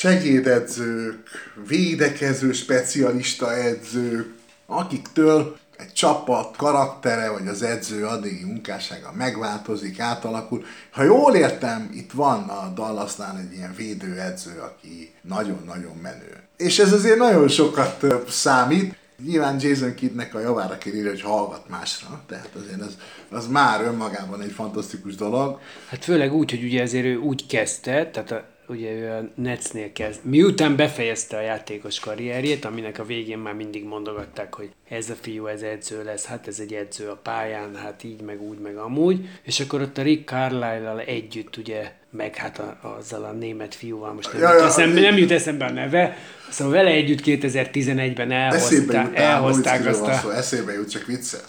segédedzők, védekező specialista edzők, akiktől egy csapat karaktere, vagy az edző addigi munkássága megváltozik, átalakul. Ha jól értem, itt van a Dallasnál egy ilyen védőedző, aki nagyon-nagyon menő. És ez azért nagyon sokat számít. Nyilván Jason Kiddnek a javára kell írni, hogy hallgat másra, tehát azért az már önmagában egy fantasztikus dolog. Hát főleg úgy, hogy ugye ezért ő úgy kezdte, tehát ugye ő a Netsnél kezd. Miután befejezte a játékos karrierjét, aminek a végén már mindig mondogatták, hogy ez a fiú, ez edző lesz, hát ez egy edző a pályán, hát így, meg úgy, meg amúgy. És akkor ott a Rick Carlisle-lal együtt, ugye, meg hát azzal a német fiúval, most nem jut eszembe a neve, szóval vele együtt 2011-ben elhozták azt a... Eszébe jut, csak viccel.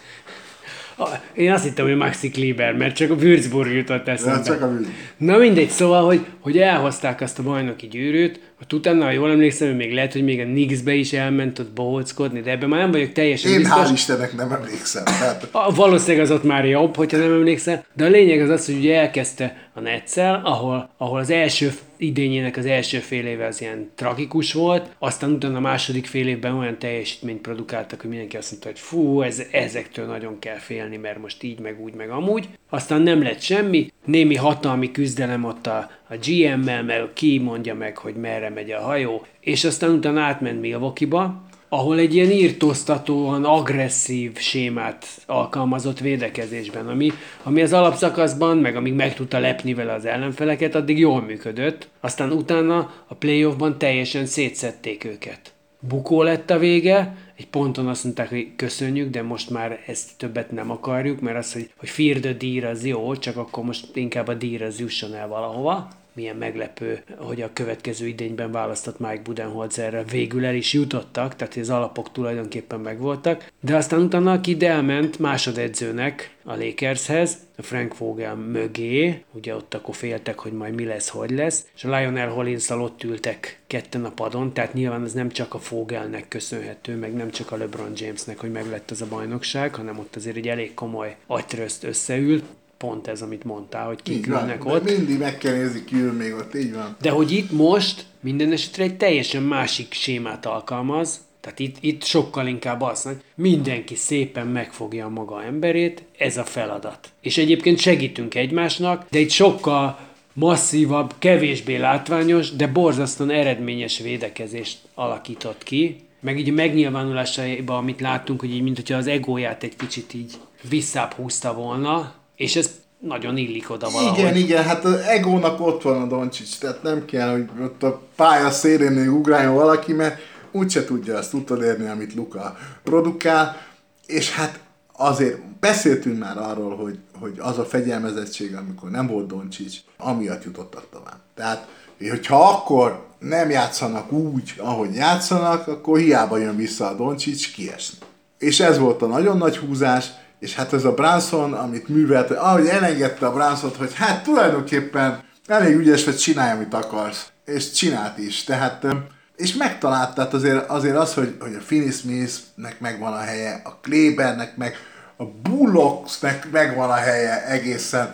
Én azt hittem, hogy Maxi Kleber, mert csak a Würzburg jutott eszembe. Csak a Na mindegy, szóval, hogy elhozták azt a bajnoki gyűrűt, hogy utána, ha jól emlékszem, még lehet, hogy még a Knicksbe is elment ott bohóckodni, de ebben már nem vagyok teljesen biztos. Én hál' Istennek nem emlékszem. Valószínűleg az ott már jobb, hogyha nem emlékszem, de a lényeg az az, hogy ugye elkezdte a Netszel, ahol az első idényének az első fél éve az ilyen tragikus volt, aztán utána a második fél évben olyan teljesítményt produkáltak, hogy mindenki azt mondta, hogy fú, ezektől nagyon kell félni, mert most így, meg úgy, meg amúgy. Aztán nem lett semmi, némi hatalmi küzdelem ott a GM-mel, mert ki mondja meg, hogy merre megy a hajó, és aztán utána átment Milwaukee-ba, ahol egy ilyen írtóztatóan agresszív sémát alkalmazott védekezésben, ami az alapszakaszban, meg amíg meg tudta lepni vele az ellenfeleket, addig jól működött. Aztán utána a playoffban teljesen szétszették őket. Bukó lett a vége, egy ponton azt mondták, hogy köszönjük, de most már ezt többet nem akarjuk, mert az, hogy fear the deer az jó, csak akkor most inkább a deer az jusson el valahova. Milyen meglepő, hogy a következő idényben választott Mike Budenholzerre végül el is jutottak, tehát az alapok tulajdonképpen megvoltak, de aztán utána Kidd elment másodedzőnek a Lakershez, a Frank Vogel mögé, ugye ott akkor féltek, hogy majd mi lesz, hogy lesz, és a Lionel Hollins-szal ott ültek ketten a padon, tehát nyilván ez nem csak a Vogelnek köszönhető, meg nem csak a LeBron Jamesnek, hogy meglett az a bajnokság, hanem ott azért egy elég komoly agytröszt összeült. Pont ez, amit mondtál, hogy kik ülnek ott. Mindig meg kell nézni, ki ül még ott, így van. De hogy itt most minden esetre egy teljesen másik sémát alkalmaz, tehát itt sokkal inkább az, hogy mindenki szépen megfogja a maga emberét, ez a feladat. És egyébként segítünk egymásnak, de itt sokkal masszívabb, kevésbé látványos, de borzasztóan eredményes védekezést alakított ki. Meg így a megnyilvánulásaiban, amit láttunk, hogy így, mint hogyha az egóját egy kicsit így visszább húzta volna, és ez nagyon illik oda valahogy. Igen, hát az egónak ott van a Doncsics, tehát nem kell, hogy ott a pálya szélén még ugráljon valaki, mert úgyse tudja azt utolérni, amit Luka produkál, és hát azért beszéltünk már arról, hogy az a fegyelmezettség, amikor nem volt Doncsics, amiatt jutottak tovább. Tehát, hogyha akkor nem játszanak úgy, ahogy játszanak, akkor hiába jön vissza a Doncsics, kiesni. És ez volt a nagyon nagy húzás, és hát ez a Brunson, amit művelt, ahogy elengedte a Brunsont, hogy hát tulajdonképpen elég ügyes, hogy csinálj, amit akarsz. És csinált is. Tehát, és megtalált, tehát azért az, hogy a Finney Smithnek megvan a helye, a Klebernek meg, a Bulldogsnek megvan a helye egészen.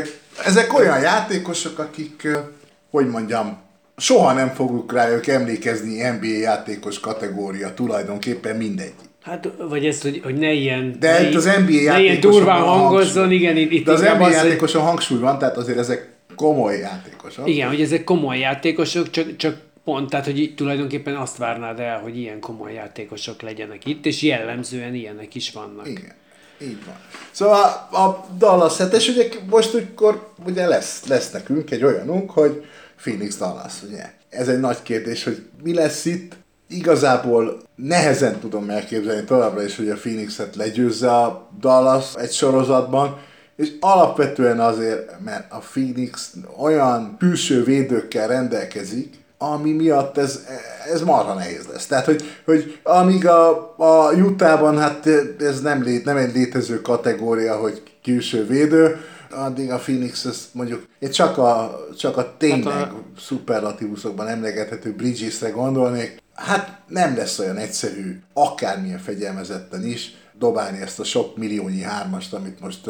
Ezek olyan játékosok, akik, hogy mondjam, soha nem fogjuk rájuk emlékezni NBA játékos kategória, tulajdonképpen mindegy. Hát, vagy ezt, hogy ne ilyen... De itt az NBA ilyen durván hangozzon, igen, itt de az NBA az, játékoson hangsúly van, tehát azért ezek komoly játékosok. Igen, hogy ezek komoly játékosok, csak pont, tehát hogy tulajdonképpen azt várnád el, hogy ilyen komoly játékosok legyenek itt, és jellemzően ilyenek is vannak. Igen, így van. Szóval a Dallas 7-es, ugye most akkor ugye lesz nekünk egy olyanunk, hogy Phoenix Dallas, ugye. Ez egy nagy kérdés, hogy mi lesz itt. Igazából nehezen tudom elképzelni továbbra is, hogy a Phoenixet legyőzze a Dallas egy sorozatban, és alapvetően azért, mert a Phoenix olyan külső védőkkel rendelkezik, ami miatt ez marha nehéz lesz. Tehát, hogy amíg a Utahban, hát ez nem egy létező kategória, hogy külső védő, addig a Phoenix, ezt mondjuk, én csak a tényleg szuperlatívuszokban emlegethető Bridgesre gondolnék, hát nem lesz olyan egyszerű, akármilyen fegyelmezetten is dobálni ezt a sok milliónyi hármast, amit most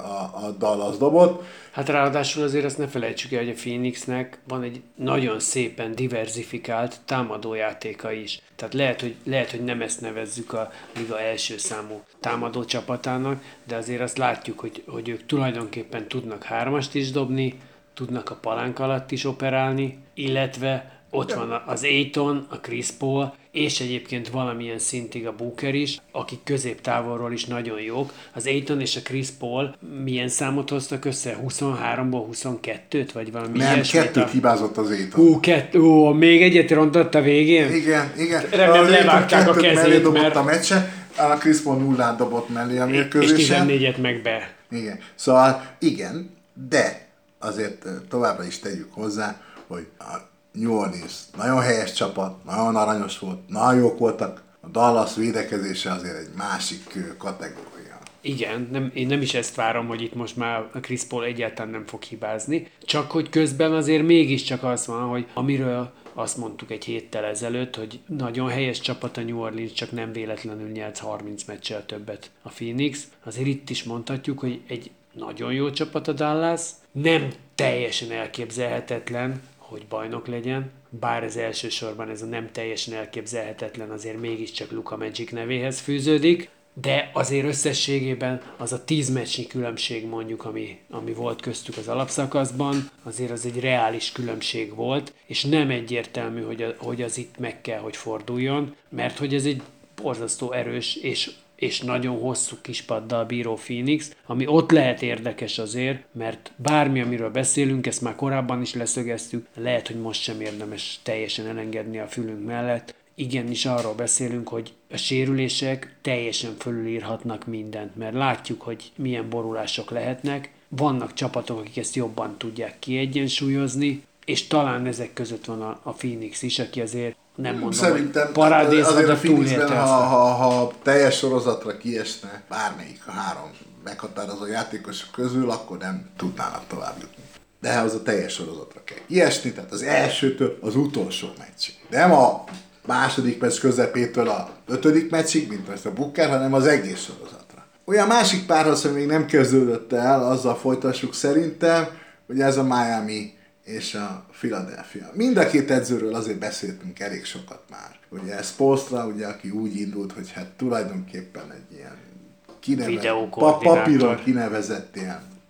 a Dallas dobott. Hát ráadásul azért azt ne felejtsük el, hogy a Phoenixnek van egy nagyon szépen diversifikált támadójátéka is. Tehát lehet, hogy nem ezt nevezzük a liga első számú támadó csapatának, de azért azt látjuk, hogy ők tulajdonképpen tudnak hármast is dobni, tudnak a palánk alatt is operálni, illetve ott van az Ayton, a Chris Paul, és egyébként valamilyen szintig a Booker is, akik középtávolról is nagyon jók. Az Ayton és a Chris Paul milyen számot hoztak össze? 23-ból 22-t? Vagy valami nem, ilyesmit? kettőt hibázott az Ayton. Még egyet rontott a végén? Igen. Remélem levágták a kezét, dobott mert... a meccse, a Chris Paul 0 dobott mellé a mérkőzésen. És 14-et meg be. Igen. Szóval igen, de azért továbbra is tegyük hozzá, hogy a New Orleans nagyon helyes csapat, nagyon aranyos volt, nagyon jók voltak, a Dallas védekezése azért egy másik kategória. Igen, én nem is ezt várom, hogy itt most már a Chris Paul egyáltalán nem fog hibázni, csak hogy közben azért mégiscsak az van, hogy amiről azt mondtuk egy héttel ezelőtt, hogy nagyon helyes csapat a New Orleans, csak nem véletlenül nyert 30 meccsel többet a Phoenix. Azért itt is mondhatjuk, hogy egy nagyon jó csapat a Dallas, nem teljesen elképzelhetetlen, hogy bajnok legyen, bár ez elsősorban ez a nem teljesen elképzelhetetlen azért mégiscsak Luka Magic nevéhez fűződik, de azért összességében az a 10 meccsnyi különbség mondjuk, ami volt köztük az alapszakaszban, azért az egy reális különbség volt, és nem egyértelmű, hogy az itt meg kell, hogy forduljon, mert hogy ez egy borzasztó erős és nagyon hosszú kispaddal bíró Phoenix, ami ott lehet érdekes azért, mert bármi, amiről beszélünk, ezt már korábban is leszögeztük, lehet, hogy most sem érdemes teljesen elengedni a fülünk mellett. Igenis arról beszélünk, hogy a sérülések teljesen fölülírhatnak mindent, mert látjuk, hogy milyen borulások lehetnek, vannak csapatok, akik ezt jobban tudják kiegyensúlyozni, és talán ezek között van a Phoenix is, aki azért nem mondom, szerintem hogy parádészve, de túlélte azt. Ha teljes sorozatra kiesne bármelyik a három meghatározó játékosok közül, akkor nem tudnának tovább jutni. De az a teljes sorozatra kell kiesni, tehát az elsőtől az utolsó meccsig. Nem a második meccs közepétől a 5. meccsig, mint most a Booker, hanem az egész sorozatra. Olyan másik párharc, hogy még nem kezdődött el, azzal folytassuk szerintem, hogy ez a Miami és a Philadelphia. Mind a két edzőről azért beszéltünk elég sokat már. Ugye Spoelstra, ugye, aki úgy indult, hogy hát tulajdonképpen egy ilyen papíron kinevezett ilyen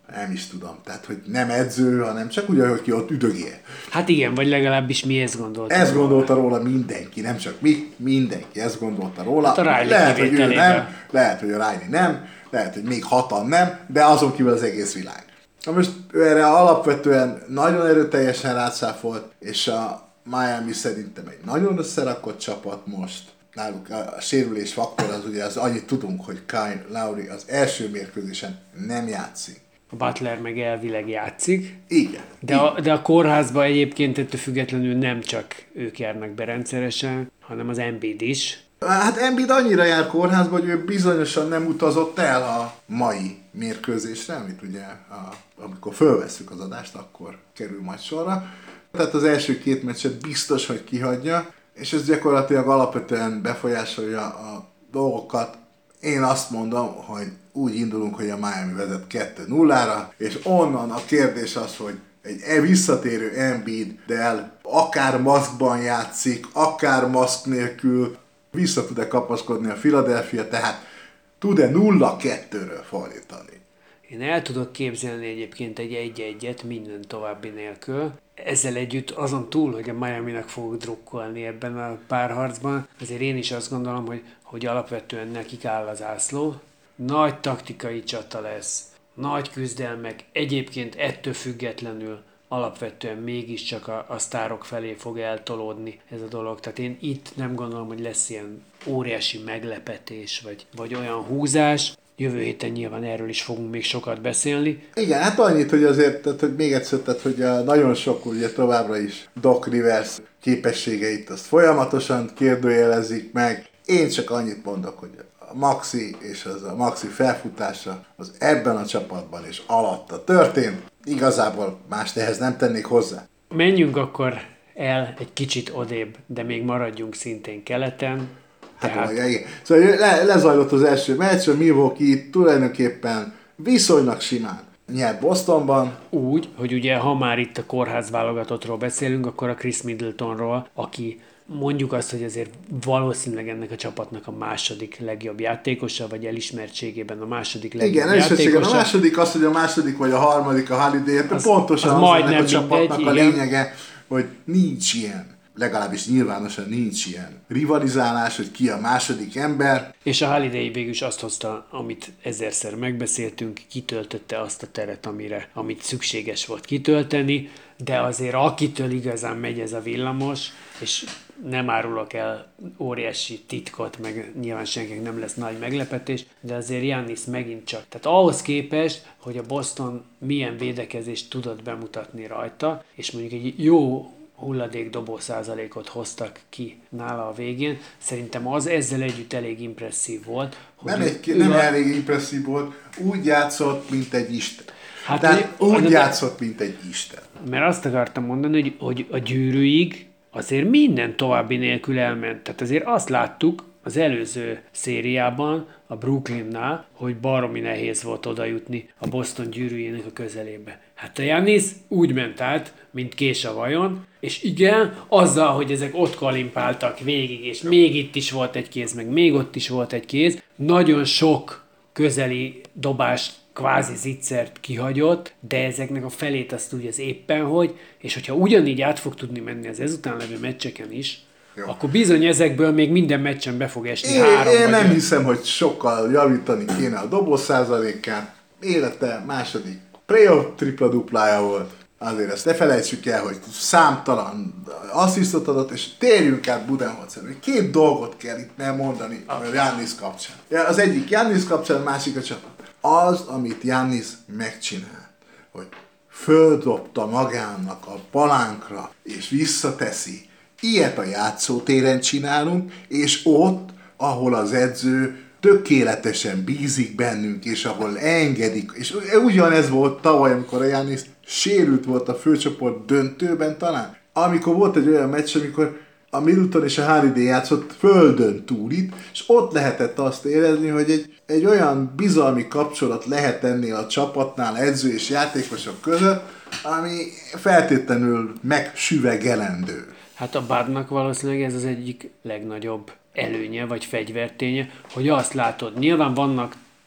Nem is tudom. Tehát, hogy nem edző, hanem csak úgy, hogy ki ott üdögél. Hát igen, vagy legalábbis mi ezt gondoltuk. Ezt gondolta róla mindenki, nem csak mi, mindenki ezt gondolta róla. Hát a Riley lehet, hogy ő kivételével. nem, lehet, hogy a Riley nem, lehet, hogy még hatan nem, de azon kívül az egész világ. Na most ő erre alapvetően nagyon erőteljesen rácáfolt, és a Miami szerintem egy nagyon összerakott csapat most. Náluk a sérülés faktor az ugye az annyit tudunk, hogy Kyle Lowry az első mérkőzésen nem játszik. A Butler meg elvileg játszik. Igen. De a kórházba egyébként ettől függetlenül nem csak ők járnak be rendszeresen, hanem az Embiid is. Hát Embiid annyira jár kórházba, hogy ő bizonyosan nem utazott el a mai mérkőzésre, amit ugye, amikor fölvesszük az adást, akkor kerül majd sorra. Tehát az első két meccset biztos, hogy kihagyja, és ez gyakorlatilag alapvetően befolyásolja a dolgokat. Én azt mondom, hogy úgy indulunk, hogy a Miami vezet 2-0-ra, és onnan a kérdés az, hogy egy visszatérő Embiiddel akár maszkban játszik, akár maszk nélkül, vissza tud-e kapaszkodni a Philadelphia, tehát tud-e 0-2-ről fordítani? Én el tudok képzelni egyébként egy 1-1-et minden további nélkül. Ezzel együtt azon túl, hogy a Miami-nak fogok drukkolni ebben a párharcban, azért én is azt gondolom, hogy alapvetően nekik áll az ászló. Nagy taktikai csata lesz, nagy küzdelmek, egyébként ettől függetlenül alapvetően mégiscsak a sztárok felé fog eltolódni ez a dolog. Tehát én itt nem gondolom, hogy lesz ilyen óriási meglepetés, vagy olyan húzás. Jövő héten nyilván erről is fogunk még sokat beszélni. Igen, hát annyit, hogy azért, tehát, hogy még egyszer, tehát, hogy nagyon sok ugye továbbra is Doc Rivers képességeit azt folyamatosan kérdőjelezik meg. Én csak annyit mondok, hogy a Maxi és az a Maxi felfutása az ebben a csapatban és alatta történt. Igazából mást ehhez nem tennék hozzá. Menjünk akkor el egy kicsit odébb, de még maradjunk szintén keleten. Hát, igen. Szóval lezajlott az első meccs, a Milwaukee tulajdonképpen viszonylag simán nyert Bostonban. Úgy, hogy ugye ha már itt a kórház válogatottról beszélünk, akkor a Chris Middletonról, aki mondjuk azt, hogy azért valószínűleg ennek a csapatnak a második legjobb játékosa, vagy elismertségében a második legjobb játékosa. Igen, elismertségében a második az, hogy a második vagy a harmadik a Holiday, pontosan az ennek a csapatnak a lényege, hogy nincs ilyen. Legalábbis nyilvánosan nincs ilyen rivalizálás, hogy ki a második ember. És a Holiday végül is azt hozta, amit ezerszer megbeszéltünk, kitöltötte azt a teret, amit szükséges volt kitölteni, de azért akitől igazán megy ez a villamos, és nem árulok el óriási titkot, meg nyilván senkinek nem lesz nagy meglepetés, de azért Giannis megint csak. Tehát ahhoz képest, hogy a Boston milyen védekezést tudott bemutatni rajta, és mondjuk egy jó hulladékdobó százalékot hoztak ki nála a végén. Szerintem az ezzel együtt elég impresszív volt. Hogy nem elég impresszív volt, úgy játszott, mint egy isten. Hát tehát úgy játszott, mint egy isten. Mert azt akartam mondani, hogy a gyűrűig azért minden további nélkül elment. Tehát azért azt láttuk az előző szériában, a Brooklynnál, hogy baromi nehéz volt odajutni a Boston gyűrűjének a közelébe. Hát a Giannis úgy ment át, mint kés a vajon, és igen, azzal, hogy ezek ott kalimpáltak végig, és még itt is volt egy kéz, meg még ott is volt egy kéz, nagyon sok közeli dobást, kvázi zicsert kihagyott, de ezeknek a felét azt tudja az éppen hogy, és hogyha ugyanígy át fog tudni menni az ezután levő meccseken is, jó, akkor bizony ezekből még minden meccsen be fog esni Én nem hiszem, hogy sokkal javítani kéne a dobó százalékán. Élete második playoff tripla-duplája volt. Azért ezt ne felejtsük el, hogy számtalan asszisztot adott, és térjünk át Budenholzerre. Két dolgot kell itt elmondani a Giannis kapcsán. Az egyik Giannis kapcsán, a másik a csapat. Az, amit Giannis megcsinált, hogy földobta magának a palánkra, és visszateszi. Ilyet a játszótéren csinálunk, és ott, ahol az edző tökéletesen bízik bennünk, és ahol engedik, és ugyanez volt tavaly, amikor a Giannis sérült volt a főcsoport döntőben talán, amikor volt egy olyan meccs, amikor a Middleton és a Holiday játszott földön túl itt, és ott lehetett azt érezni, hogy egy olyan bizalmi kapcsolat lehet ennél a csapatnál, edző és játékosok között, ami feltétlenül megsüvegelendő. Hát a Budnak valószínűleg ez az egyik legnagyobb előnye, vagy fegyverténye, hogy azt látod, nyilván vannak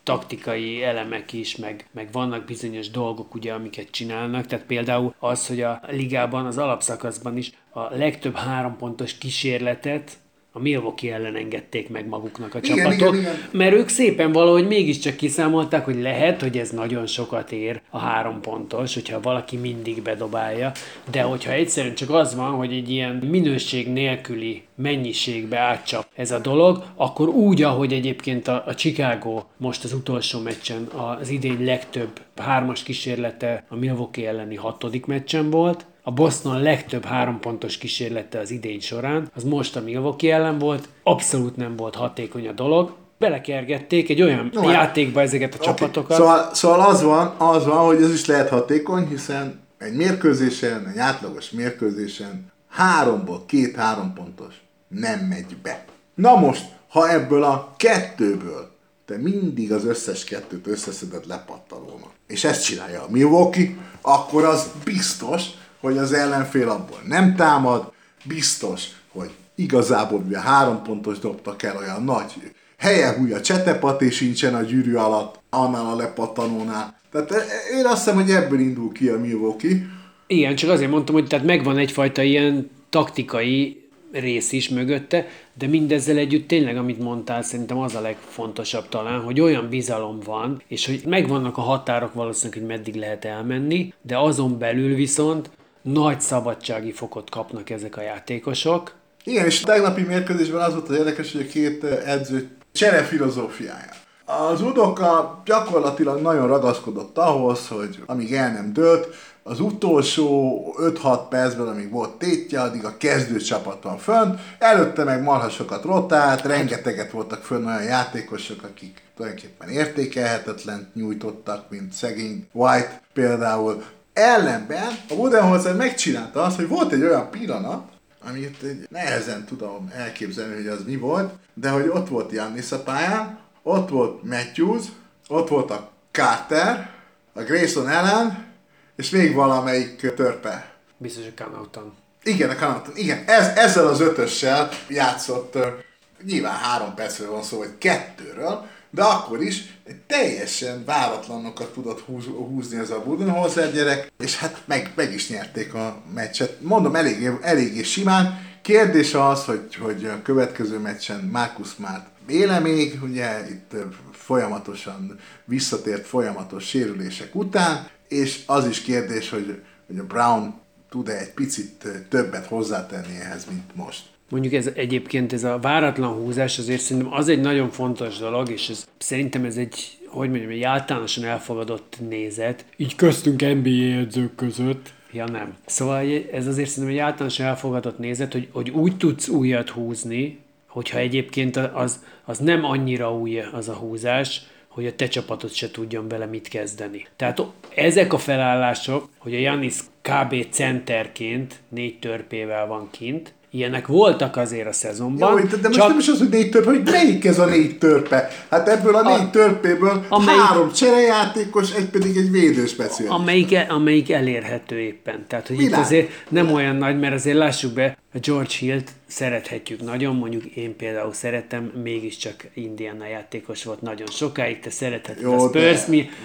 taktikai elemek is, meg vannak bizonyos dolgok, ugye, amiket csinálnak. Tehát például az, hogy a ligában, az alapszakaszban is a legtöbb 3 pontos kísérletet a Milwaukee ellen engedték meg maguknak a csapatok, igen. mert ők szépen valahogy mégiscsak kiszámolták, hogy lehet, hogy ez nagyon sokat ér a 3 pontos, hogyha valaki mindig bedobálja, de hogyha egyszerűen csak az van, hogy egy ilyen minőség nélküli mennyiségbe átcsap ez a dolog, akkor úgy, ahogy egyébként a Chicago most az utolsó meccsen az idény legtöbb 3-as kísérlete a Milwaukee elleni 6. meccsen volt, a Boston legtöbb 3 pontos kísérlete az idény során, az most a Milwaukee ellen volt, abszolút nem volt hatékony a dolog, belekergették egy olyan játékba ezeket a csapatokat. Szóval az van, hogy ez is lehet hatékony, hiszen egy mérkőzésen, egy átlagos mérkőzésen 3-ból 2 3 pontos nem megy be. Na most, ha ebből a 2-ből te mindig az összes 2-t összeszeded lepattanónak, és ezt csinálja a Milwaukee, akkor az biztos, hogy az ellenfél abból nem támad, biztos, hogy igazából ugye 3 pontos dobtak el olyan nagy helye-húja csetepaté sincsen a gyűrű alatt, annál a lepattanónál. Tehát én azt hiszem, hogy ebből indul ki a Milwaukee. Igen, csak azért mondtam, hogy tehát megvan egyfajta ilyen taktikai rész is mögötte, de mindezzel együtt tényleg, amit mondtál, szerintem az a legfontosabb talán, hogy olyan bizalom van, és hogy megvannak a határok valószínűleg, hogy meddig lehet elmenni, de azon belül viszont nagy szabadsági fokot kapnak ezek a játékosok. Igen, és a tegnapi mérkőzésben az volt az érdekes, hogy a két edző csere filozófiája. Az Udoka gyakorlatilag nagyon ragaszkodott ahhoz, hogy amíg el nem dőlt, az utolsó 5-6 percben, amíg volt tétje, addig a kezdő csapat van fönn, előtte meg marhasokat rotált, rengeteget voltak fönn olyan játékosok, akik tulajdonképpen értékelhetetlen nyújtottak, mint szegény White például. Ellenben a Budenholzer megcsinálta azt, hogy volt egy olyan pillanat, amit nehezen tudom elképzelni, hogy az mi volt, de hogy ott volt Giannis a pályán, ott volt Matthews, ott volt a Carter, a Grayson Allen, és még valamelyik törpe. Biztos a Connaughton. Igen, a Connaughton. Igen, ezzel az 5-össel játszott, nyilván 3 percről van szó, vagy 2-ről, de akkor is egy teljesen váratlanokat tudott húzni ez a Budenholzer gyerek, és hát meg is nyerték a meccset. Mondom, eléggé simán. Kérdés az, hogy a következő meccsen Marcus Smart éle még, ugye itt folyamatosan visszatért folyamatos sérülések után, és az is kérdés, hogy a Brown tud-e egy picit többet hozzátenni ehhez, mint most. Mondjuk egyébként ez a váratlan húzás azért szerintem az egy nagyon fontos dolog, és szerintem ez egy, egy általánosan elfogadott nézet, így köztünk NBA edzők között. Ja nem. Szóval ez azért szerintem egy általánosan elfogadott nézet, hogy úgy tudsz újat húzni, hogyha egyébként az nem annyira új az a húzás, hogy a te csapatod se tudjon vele mit kezdeni. Tehát ezek a felállások, hogy a Giannis kb. Centerként 4 törpével van kint, ilyenek voltak azért a szezonban. Jó, de most nem is az, hogy 4 törpe, hogy melyik ez a 4 törpe? Hát ebből a 4 törpéből 3 cserejátékos, egy pedig egy védőspecialista. Amelyik elérhető éppen. Tehát, hogy itt azért nem olyan nagy, mert azért lássuk be, a George Hill-t szerethetjük nagyon, mondjuk én például szeretem, mégiscsak Indiana játékos volt nagyon sokáig, te szeretheted a Spurs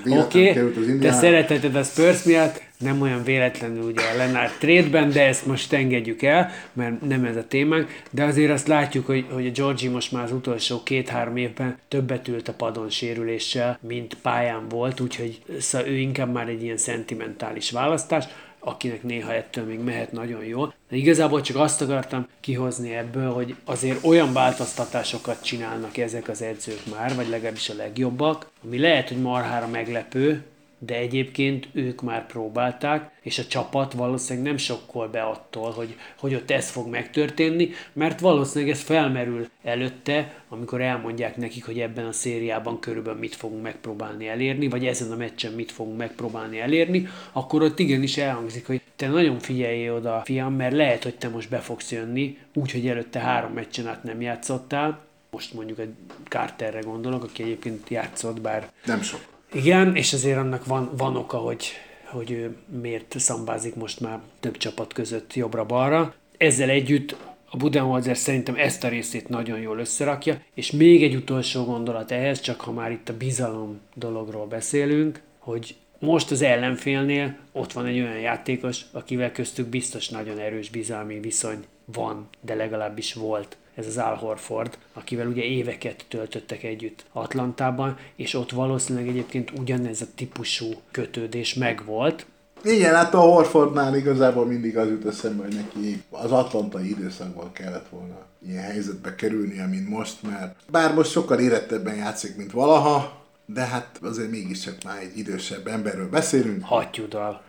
te szeretheted a Spurs miatt, nem olyan véletlenül ugye a Leonard trade-ben, de ezt most engedjük el, mert nem ez a témánk, de azért azt látjuk, hogy a Georgie most már az utolsó 2-3 évben többet ült a padon sérüléssel, mint pályán volt, úgyhogy szóval ő inkább már egy ilyen szentimentális választás, akinek néha ettől még mehet nagyon jól. De igazából csak azt akartam kihozni ebből, hogy azért olyan változtatásokat csinálnak ezek az edzők már, vagy legalábbis a legjobbak, ami lehet, hogy marhára meglepő, de egyébként ők már próbálták, és a csapat valószínűleg nem sokkol be attól, hogy ott ez fog megtörténni, mert valószínűleg ez felmerül előtte, amikor elmondják nekik, hogy ebben a szériában körülbelül mit fogunk megpróbálni elérni, vagy ezen a meccsen mit fogunk megpróbálni elérni, akkor ott igenis elhangzik, hogy te nagyon figyeljél oda, fiam, mert lehet, hogy te most be fogsz jönni, úgyhogy előtte 3 meccsen át nem játszottál. Most mondjuk egy Carterre gondolok, aki egyébként játszott, bár nem sok. Igen, és azért annak van oka, hogy ő miért szambázik most már több csapat között jobbra-balra. Ezzel együtt a Budenholzer szerintem ezt a részét nagyon jól összerakja, és még egy utolsó gondolat ehhez, csak ha már itt a bizalom dologról beszélünk, hogy most az ellenfélnél ott van egy olyan játékos, akivel köztük biztos nagyon erős bizalmi viszony van, de legalábbis volt. Ez az Al Horford, akivel ugye éveket töltöttek együtt Atlantában, és ott valószínűleg egyébként ugyanez a típusú kötődés megvolt. Igen, hát a Horfordnál igazából mindig az jut eszembe, hogy neki az atlantai időszakban kellett volna ilyen helyzetbe kerülnie, mint most, mert bár most sokkal érettebben játszik, mint valaha, de hát azért mégiscsak már egy idősebb emberről beszélünk. Hattyúdal.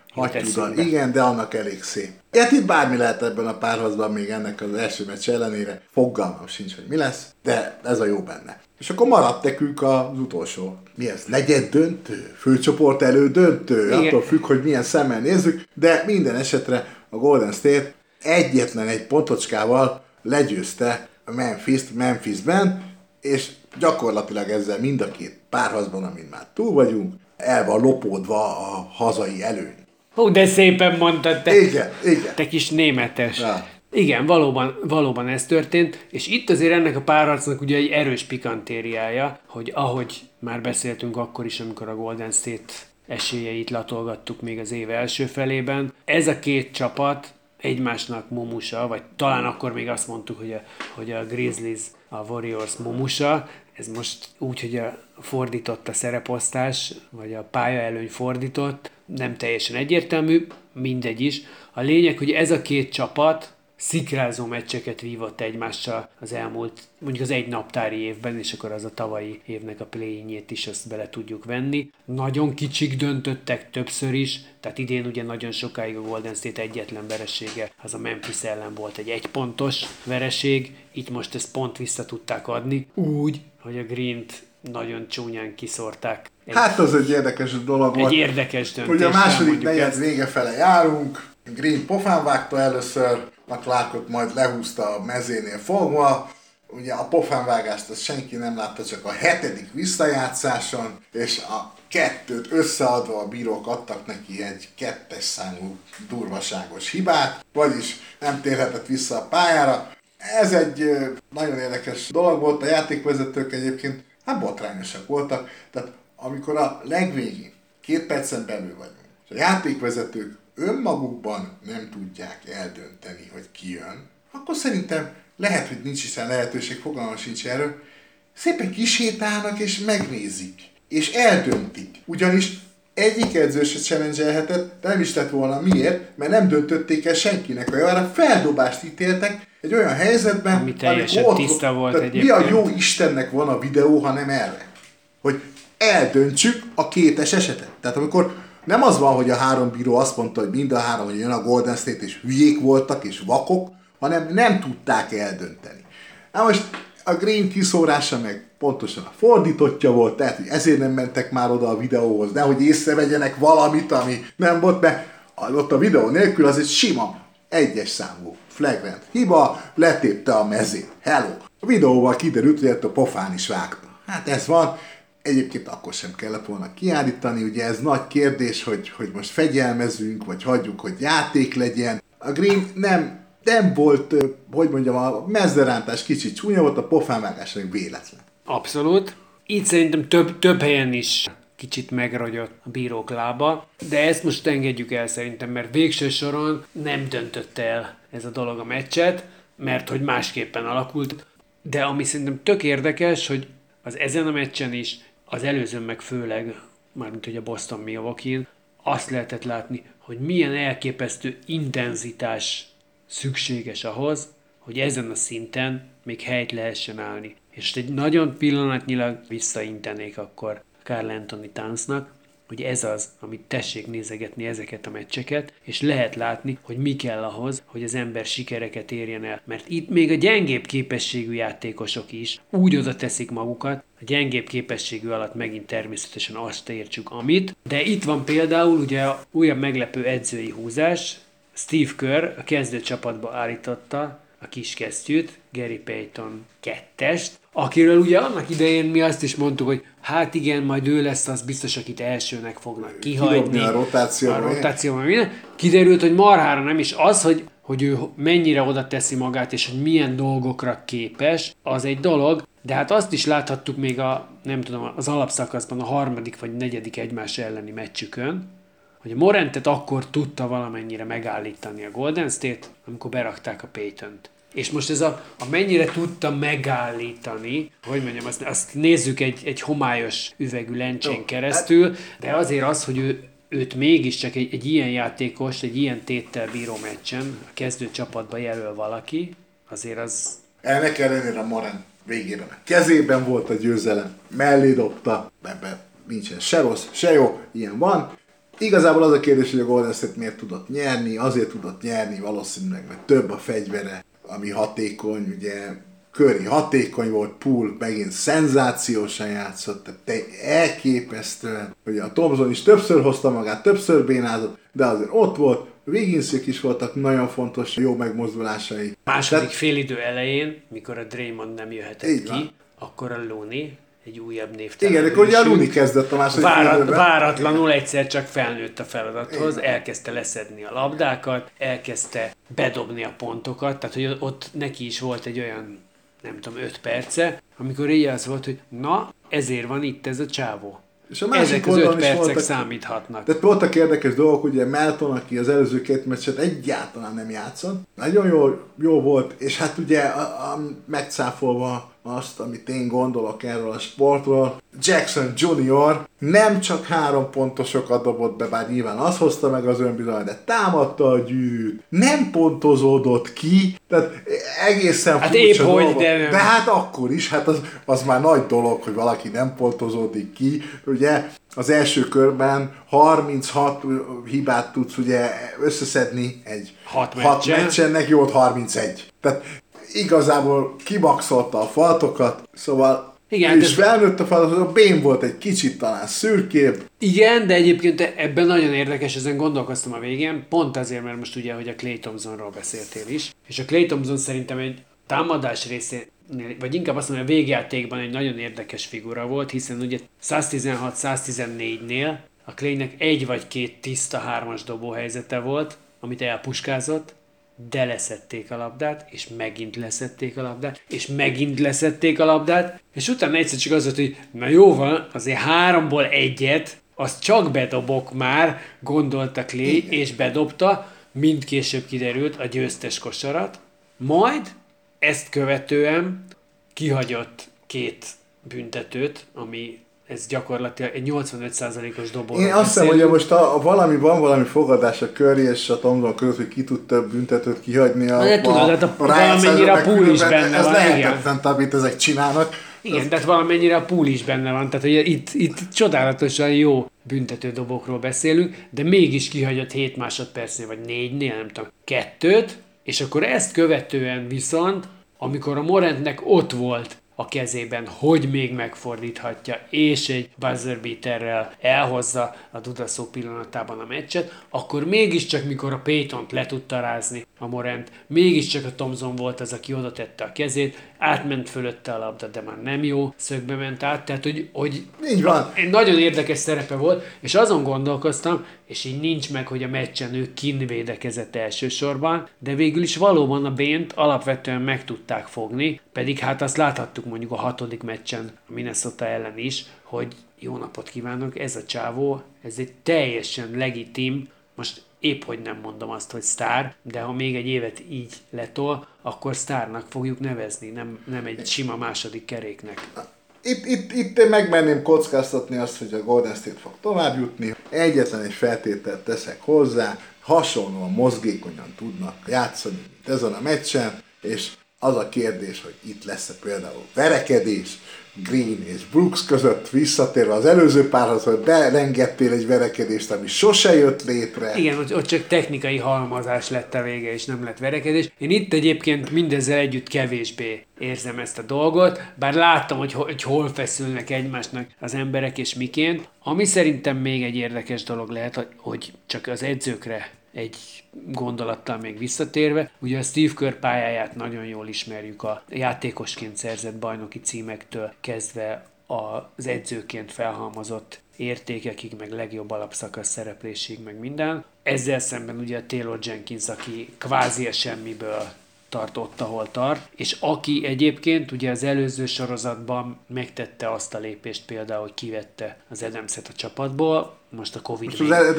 Igen, de annak elég szép. Hát itt bármi lehet ebben a párharcban, még ennek az első meccs ellenére. Fogalmam sincs, hogy mi lesz, de ez a jó benne. És akkor maradt nekünk az utolsó. Mi ez? Negyed döntő? Főcsoport elődöntő? Igen. Attól függ, hogy milyen szemmel nézzük, de minden esetre a Golden State egyetlen egy pontocskával legyőzte a Memphis-t Memphisben, és gyakorlatilag ezzel mind a két párharcban, amin már túl vagyunk, el van lopódva a hazai előny. Hú, de szépen mondtad te. Igen. Te kis németes. Ja. Igen, valóban ez történt, és itt azért ennek a párharcnak ugye egy erős pikantériája, hogy ahogy már beszéltünk akkor is, amikor a Golden State esélyeit latolgattuk még az év első felében, ez a két csapat egymásnak mumusa, vagy talán akkor még azt mondtuk, hogy a Grizzlies a Warriors mumusa, ez most úgy, hogy fordított a szereposztás, vagy a pályaelőny fordított, nem teljesen egyértelmű, mindegy is. A lényeg, hogy ez a két csapat szikrázó meccseket vívott egymással az elmúlt, mondjuk az egy naptári évben, és akkor az a tavalyi évnek a play-injét is azt bele tudjuk venni. Nagyon kicsik döntöttek többször is, tehát idén ugye nagyon sokáig a Golden State egyetlen veresége, az a Memphis ellen volt egy egypontos vereség, itt most ezt pont vissza tudták adni, úgy, hogy a Greent nagyon csúnyán kiszórták. Hát az egy érdekes dolog volt. Egy érdekes döntés. Ugye a második negyed vége fele járunk, Green pofán vágta először, a Clarkot majd lehúzta a mezénél fogva. Ugye a pofánvágást azt senki nem látta, csak a 7. visszajátszáson, és a 2-t összeadva a bírók adtak neki egy 2-es számú durvaságos hibát, vagyis nem térhetett vissza a pályára. Ez egy nagyon érdekes dolog volt, a játékvezetők egyébként botrányosak voltak, tehát amikor a legvégén 2 percen belül vagyunk, és a játékvezetők önmagukban nem tudják eldönteni, hogy ki jön, akkor szerintem lehet, hogy nincs is lehetőség, fogalmam sincs erről, szépen kisétálnak és megnézik, és eldöntik. Ugyanis egyik edző se challenge-elhetett, de nem is lett volna miért, mert nem döntötték el senkinek a javára, feldobást ítéltek egy olyan helyzetben, ami teljesen tiszta volt egyébként. Mi a jó Istennek van a videó, hanem erre? Hogy eldöntsük a 2-es esetet. Tehát amikor nem az van, hogy a 3 bíró azt mondta, hogy mind a 3, hogy jön a Golden State, és hülyék voltak, és vakok, hanem nem tudták eldönteni. Na most a Green kiszórása meg pontosan a fordítottja volt, tehát hogy ezért nem mentek már oda a videóhoz, nehogy észrevegyenek valamit, ami nem volt, mert ott a videó nélkül az egy sima, 1-es számú flagrant hiba, letépte a mezét. Hello! A videóval kiderült, hogy ezt a pofán is vágta. Hát ez van. Egyébként akkor sem kellett volna kiállítani, ugye ez nagy kérdés, hogy most fegyelmezünk, vagy hagyjuk, hogy játék legyen. A Green nem volt, hogy mondjam, a mezderántás kicsit csúnya volt, a pofánvágás meg véletlen. Abszolút. Így szerintem több helyen is kicsit megragyott a bírók lába, de ezt most engedjük el szerintem, mert végső soron nem döntötte el ez a dolog a meccset, mert hogy másképpen alakult. De ami szerintem tök érdekes, hogy az ezen a meccsen is, az előzőn meg főleg, mármint hogy a Boston Milwaukee-n, azt lehetett látni, hogy milyen elképesztő intenzitás szükséges ahhoz, hogy ezen a szinten még helyt lehessen állni. És egy nagyon pillanatnyilag visszaintenék akkor Karl Anthony Townsnak, hogy ez az, amit tessék nézegetni ezeket a meccseket, és lehet látni, hogy mi kell ahhoz, hogy az ember sikereket érjen el. Mert itt még a gyengébb képességű játékosok is úgy oda teszik magukat, a gyengébb képességű alatt megint természetesen azt értsük, amit. De itt van például ugye a újabb meglepő edzői húzás. Steve Kerr a kezdőcsapatba állította a kiskesztyűt, Gary Payton 2-est, akiről ugye annak idején mi azt is mondtuk, hogy hát igen, majd ő lesz az biztos, akit elsőnek fognak kihagyni. A rotációban. Minden. Kiderült, hogy marhára nem is az, hogy hogy ő mennyire oda teszi magát, és hogy milyen dolgokra képes, az egy dolog, de hát azt is láthattuk még az alapszakaszban, a harmadik vagy negyedik egymás elleni meccsükön, hogy a Morantet akkor tudta valamennyire megállítani a Golden State, amikor berakták a Paytont. És most ez a mennyire tudta megállítani, hogy mondjam, azt nézzük egy homályos üvegű lencsén keresztül, de azért az, hogy őt mégiscsak egy ilyen játékos, egy ilyen téttel bíró meccsen a kezdő csapatba jelöl valaki, azért az... Ennek ellenére a Morant végére meg kezében volt a győzelem, mellé dobta, ebben nincsen se rossz, se jó, ilyen van. Igazából az a kérdés, hogy a Golden State miért tudott nyerni, azért tudott nyerni valószínűleg, mert több a fegyvere, ami hatékony, ugye Curry hatékony volt, Poole megint szenzációsan játszott, tehát elképesztően, hogy a Thompson is többször hozta magát, többször bénázott, de azért ott volt, Wigginsék is voltak nagyon fontos, jó megmozdulásai. Második félidő elején, mikor a Draymond nem jöhetett ki, akkor a Looney egy újabb névtelen. Igen, de akkor ugye a Looney kezdett a második félidőben. Váratlanul egyszer csak felnőtt a feladathoz, elkezdte leszedni a labdákat, elkezdte bedobni a pontokat, tehát hogy ott neki is volt egy olyan, nem tudom, 5 perce, amikor így az volt, hogy na, ezért van itt ez a csávó. És a ezek az 5 percek számíthatnak. Tehát voltak érdekes dolgok, ugye Melton, aki az előző 2 meccset egyáltalán nem játszott, nagyon jó volt, és hát ugye megcáfolva azt, amit én gondolok erről a sportról, Jackson Jr. nem csak 3 pontosokat dobott be, bár nyilván az hozta meg az önbizalmat, de támadta a gyűrűt, nem pontozódott ki, tehát egészen hát furcsa épp dolgok. hogy, De hát akkor is, hát az már nagy dolog, hogy valaki nem pontozódik ki, ugye az első körben 36 hibát tudsz ugye összeszedni egy 6 meccsennek, jó, 31. Tehát igazából kimaxolta a faltokat, szóval igen, ő is felnőtt a faltot, a Bane volt egy kicsit talán szürkébb. Igen, de egyébként ebben nagyon érdekes, ezen gondolkoztam a végén, pont azért, mert most ugye, hogy a Klay Thompsonról beszéltél is, és a Klay Thompson szerintem egy támadás részénél, vagy inkább azt mondom, hogy a végjátékban egy nagyon érdekes figura volt, hiszen ugye 116-114-nél a Claynek 1 vagy 2 tiszta 3-as dobóhelyzete volt, amit elpuskázott, de leszették a labdát, és megint leszették a labdát, és megint leszették a labdát, és utána egyszer csak az volt, hogy na jó van, azért 3-ból 1-et, azt csak bedobok már, gondolta Clay, és bedobta, mind később kiderült a győztes kosarat, majd ezt követően kihagyott 2 büntetőt, ami ez gyakorlatilag egy 85%-os dobóról. Én azt hiszem, hogy most van valami fogadás a Curry és a Thompson között, hogy ki tud több büntetőt kihagyni valamennyire a pool is benne ez van. Ez lehetetlen, amit ezek csinálnak. Igen, tehát valamennyire a pool is benne van. Tehát hogy itt csodálatosan jó büntetődobókról beszélünk, de mégis kihagyott 7 másodpercnél, vagy 4-nél, nem tudom, 2-t, és akkor ezt követően viszont, amikor a Morantnek ott volt a kezében, hogy még megfordíthatja, és egy buzzer beaterrel elhozza a dudaszó pillanatában a meccset, akkor mégiscsak, mikor a Paytont le tudta rázni a Morant, mégiscsak a Thompson volt az, aki oda tette a kezét, átment fölötte a labda, de már nem jó szögbe ment át, tehát hogy így van. Egy nagyon érdekes szerepe volt, és azon gondolkoztam, és így nincs meg, hogy a meccsen ő kinvédekezett elsősorban, de végül is valóban a Bane-t alapvetően meg tudták fogni, pedig hát azt láthattuk mondjuk a 6. meccsen a Minnesota ellen is, hogy jó napot kívánok, ez a csávó, ez egy teljesen legitim, most épp hogy nem mondom azt, hogy sztár, de ha még egy évet így letol, akkor sztárnak fogjuk nevezni, nem egy sima második keréknek. Itt én megmerném kockáztatni azt, hogy a Golden State fog tovább jutni. Egyetlen egy feltételt teszek hozzá, hasonlóan mozgékonyan tudnak játszani, mint ezen a meccsen, és az a kérdés, hogy itt lesz-e például verekedés, Green és Brooks között, visszatérve az előző párhoz, hogy berengettél egy verekedést, ami sose jött létre. Igen, ott csak technikai halmazás lett a vége, és nem lett verekedés. Én itt egyébként mindezzel együtt kevésbé érzem ezt a dolgot, bár láttam, hogy hol feszülnek egymásnak az emberek és miként. Ami szerintem még egy érdekes dolog lehet, hogy csak az edzőkre egy gondolattal még visszatérve, ugye a Steve Kerr pályáját nagyon jól ismerjük a játékosként szerzett bajnoki címektől kezdve az edzőként felhalmozott értékekig, meg legjobb alapszakasz szereplésig, meg minden. Ezzel szemben ugye a Taylor Jenkins, aki kvázi a semmiből tart ott, ahol tart, és aki egyébként ugye az előző sorozatban megtette azt a lépést például, hogy kivette az Adamset a csapatból, most a Covid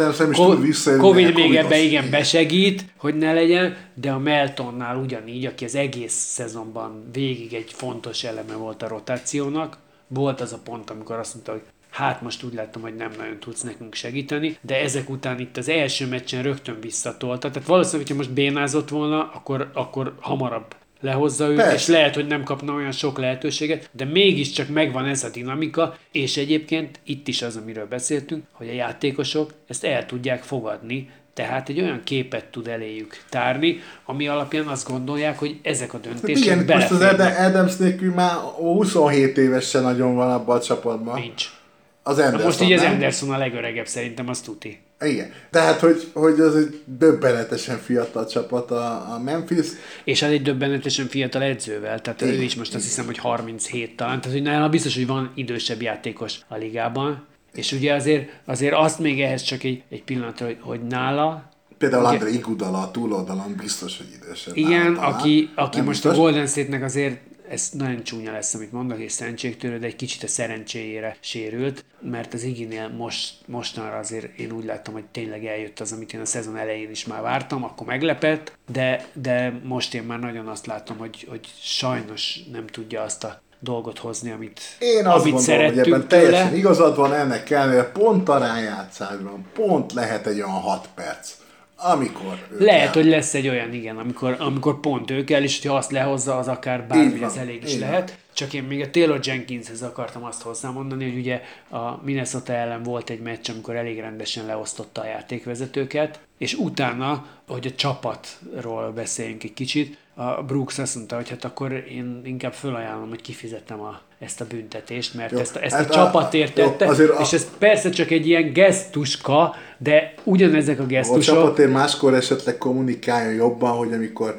Covid még ebbe igen besegít, hogy ne legyen, de a Meltonnál ugyanígy, aki az egész szezonban végig egy fontos eleme volt a rotációnak, volt az a pont, amikor azt mondta, hogy hát most úgy láttam, hogy nem nagyon tudsz nekünk segíteni, de ezek után itt az első meccsen rögtön visszatolta. Tehát valószínűleg, hogyha most bénázott volna, akkor hamarabb lehozza őt, és lehet, hogy nem kapna olyan sok lehetőséget, de mégiscsak megvan ez a dinamika, és egyébként itt is az, amiről beszéltünk, hogy a játékosok ezt el tudják fogadni, tehát egy olyan képet tud eléjük tárni, ami alapján azt gondolják, hogy ezek a döntések igen, beleférnek. most az Adams nélkül már 27 éves se nagyon van abban a csapatban. Nincs. Az Anderson, most így az nem? Anderson a legöregebb, szerintem azt tuti. Igen. Tehát, hogy az egy döbbenetesen fiatal csapat a Memphis. És az egy döbbenetesen fiatal edzővel, tehát ő is most azt hiszem, hogy 37 talán, tehát hogy nála biztos, hogy van idősebb játékos a ligában. És ugye azért azt még ehhez csak egy pillanatra, hogy nála... Például Andre Iguodala a túloldalon biztos, hogy idősebb. Igen, aki most biztos. A Golden State-nek azért ez nagyon csúnya lesz, amit mondok, és szerencségtől, de egy kicsit a szerencséjére sérült, mert az Iggynél mostanra azért én úgy láttam, hogy tényleg eljött az, amit én a szezon elején is már vártam, akkor meglepett, de most én már nagyon azt látom, hogy sajnos nem tudja azt a dolgot hozni, amit én azt gondolom, hogy ebben teljesen igazad van, ennek kellene, pont a rájátszásban, pont lehet egy olyan 6 perc. Amikor lehet, hogy lesz egy olyan, igen, amikor pont ő kell, és hogyha azt lehozza, az akár bármi, az elég is lehet. Csak én még a Taylor Jenkinshez akartam azt hozzámondani, hogy ugye a Minnesota ellen volt egy meccs, amikor elég rendesen leosztotta a játékvezetőket, és utána, hogy a csapatról beszéljünk egy kicsit, a Brooks azt mondta, hogy hát akkor én inkább fölajánlom, hogy kifizettem ezt a büntetést, mert ezt a csapatért tette, és ez persze csak egy ilyen gesztuska, de ugyanezek a gesztusok... A csapatért máskor esetleg kommunikáljon jobban, hogy amikor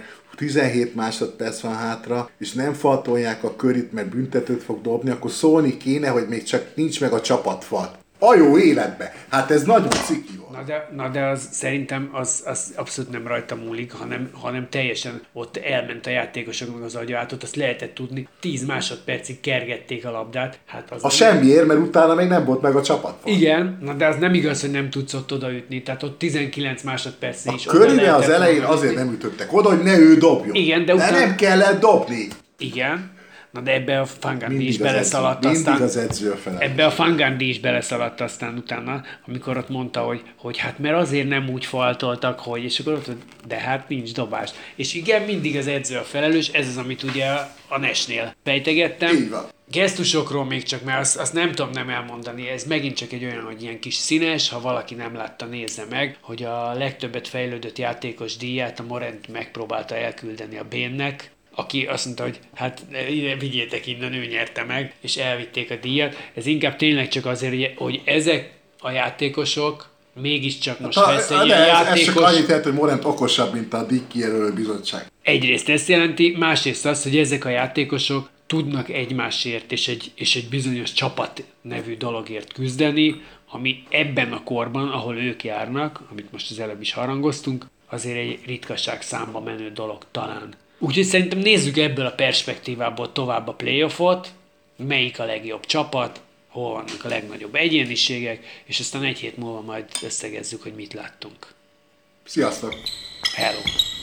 17 másodperc van hátra, és nem faltolják a körit, mert büntetőt fog dobni, akkor szólni kéne, hogy még csak nincs meg a csapatfal. A jó életbe! Hát ez nagyon ciki volt. Na de az szerintem az abszolút nem rajta múlik, hanem teljesen ott elment a játékosoknak az agya át, ott azt lehetett tudni, 10 másodpercig kergették a labdát. Hát az semmiért, mert utána még nem volt meg a csapatfal. Igen, de az nem igaz, hogy nem tudsz ott odaütni, tehát ott 19 másodpercig is oda lehetett. A körire az elején azért nem ütöttek oda, hogy ne ő dobjon. Igen, de nem kellett dobni. Igen. Na de ebbe a Fangandi is beleszaladt aztán. Az edző a felelős. Ebbe a Fangandi is beleszaladt aztán utána, amikor ott mondta, hogy hát mert azért nem úgy faltoltak, hogy, és akkor ott, de hát nincs dobás. És igen, mindig az edző a felelős, ez az, amit ugye a Nash-nél fejtegettem. Így van. Gesztusokról még csak, mert azt nem tudom nem elmondani, ez megint csak egy olyan, hogy ilyen kis színes, ha valaki nem látta, nézze meg, hogy a legtöbbet fejlődött játékos díját a Morant megpróbálta elküldeni a Bénnek, aki azt mondta, hogy hát vigyétek innen, ő nyerte meg, és elvitték a díjat. Ez inkább tényleg csak azért, hogy ezek a játékosok mégiscsak most vesz egy ilyen játékos... Ez csak annyit jelent, hogy Morant okosabb, mint a díjkijelölő bizottság. Egyrészt ezt jelenti, másrészt az, hogy ezek a játékosok tudnak egymásért és egy bizonyos csapat nevű dologért küzdeni, ami ebben a korban, ahol ők járnak, amit most az előbb is harangoztunk, azért egy ritkaság számba menő dolog talán. Úgyhogy szerintem nézzük ebből a perspektívából tovább a playoffot, melyik a legjobb csapat, hol vannak a legnagyobb egyéniségek, és aztán egy hét múlva majd összegezzük, hogy mit láttunk. Sziasztok! Hello!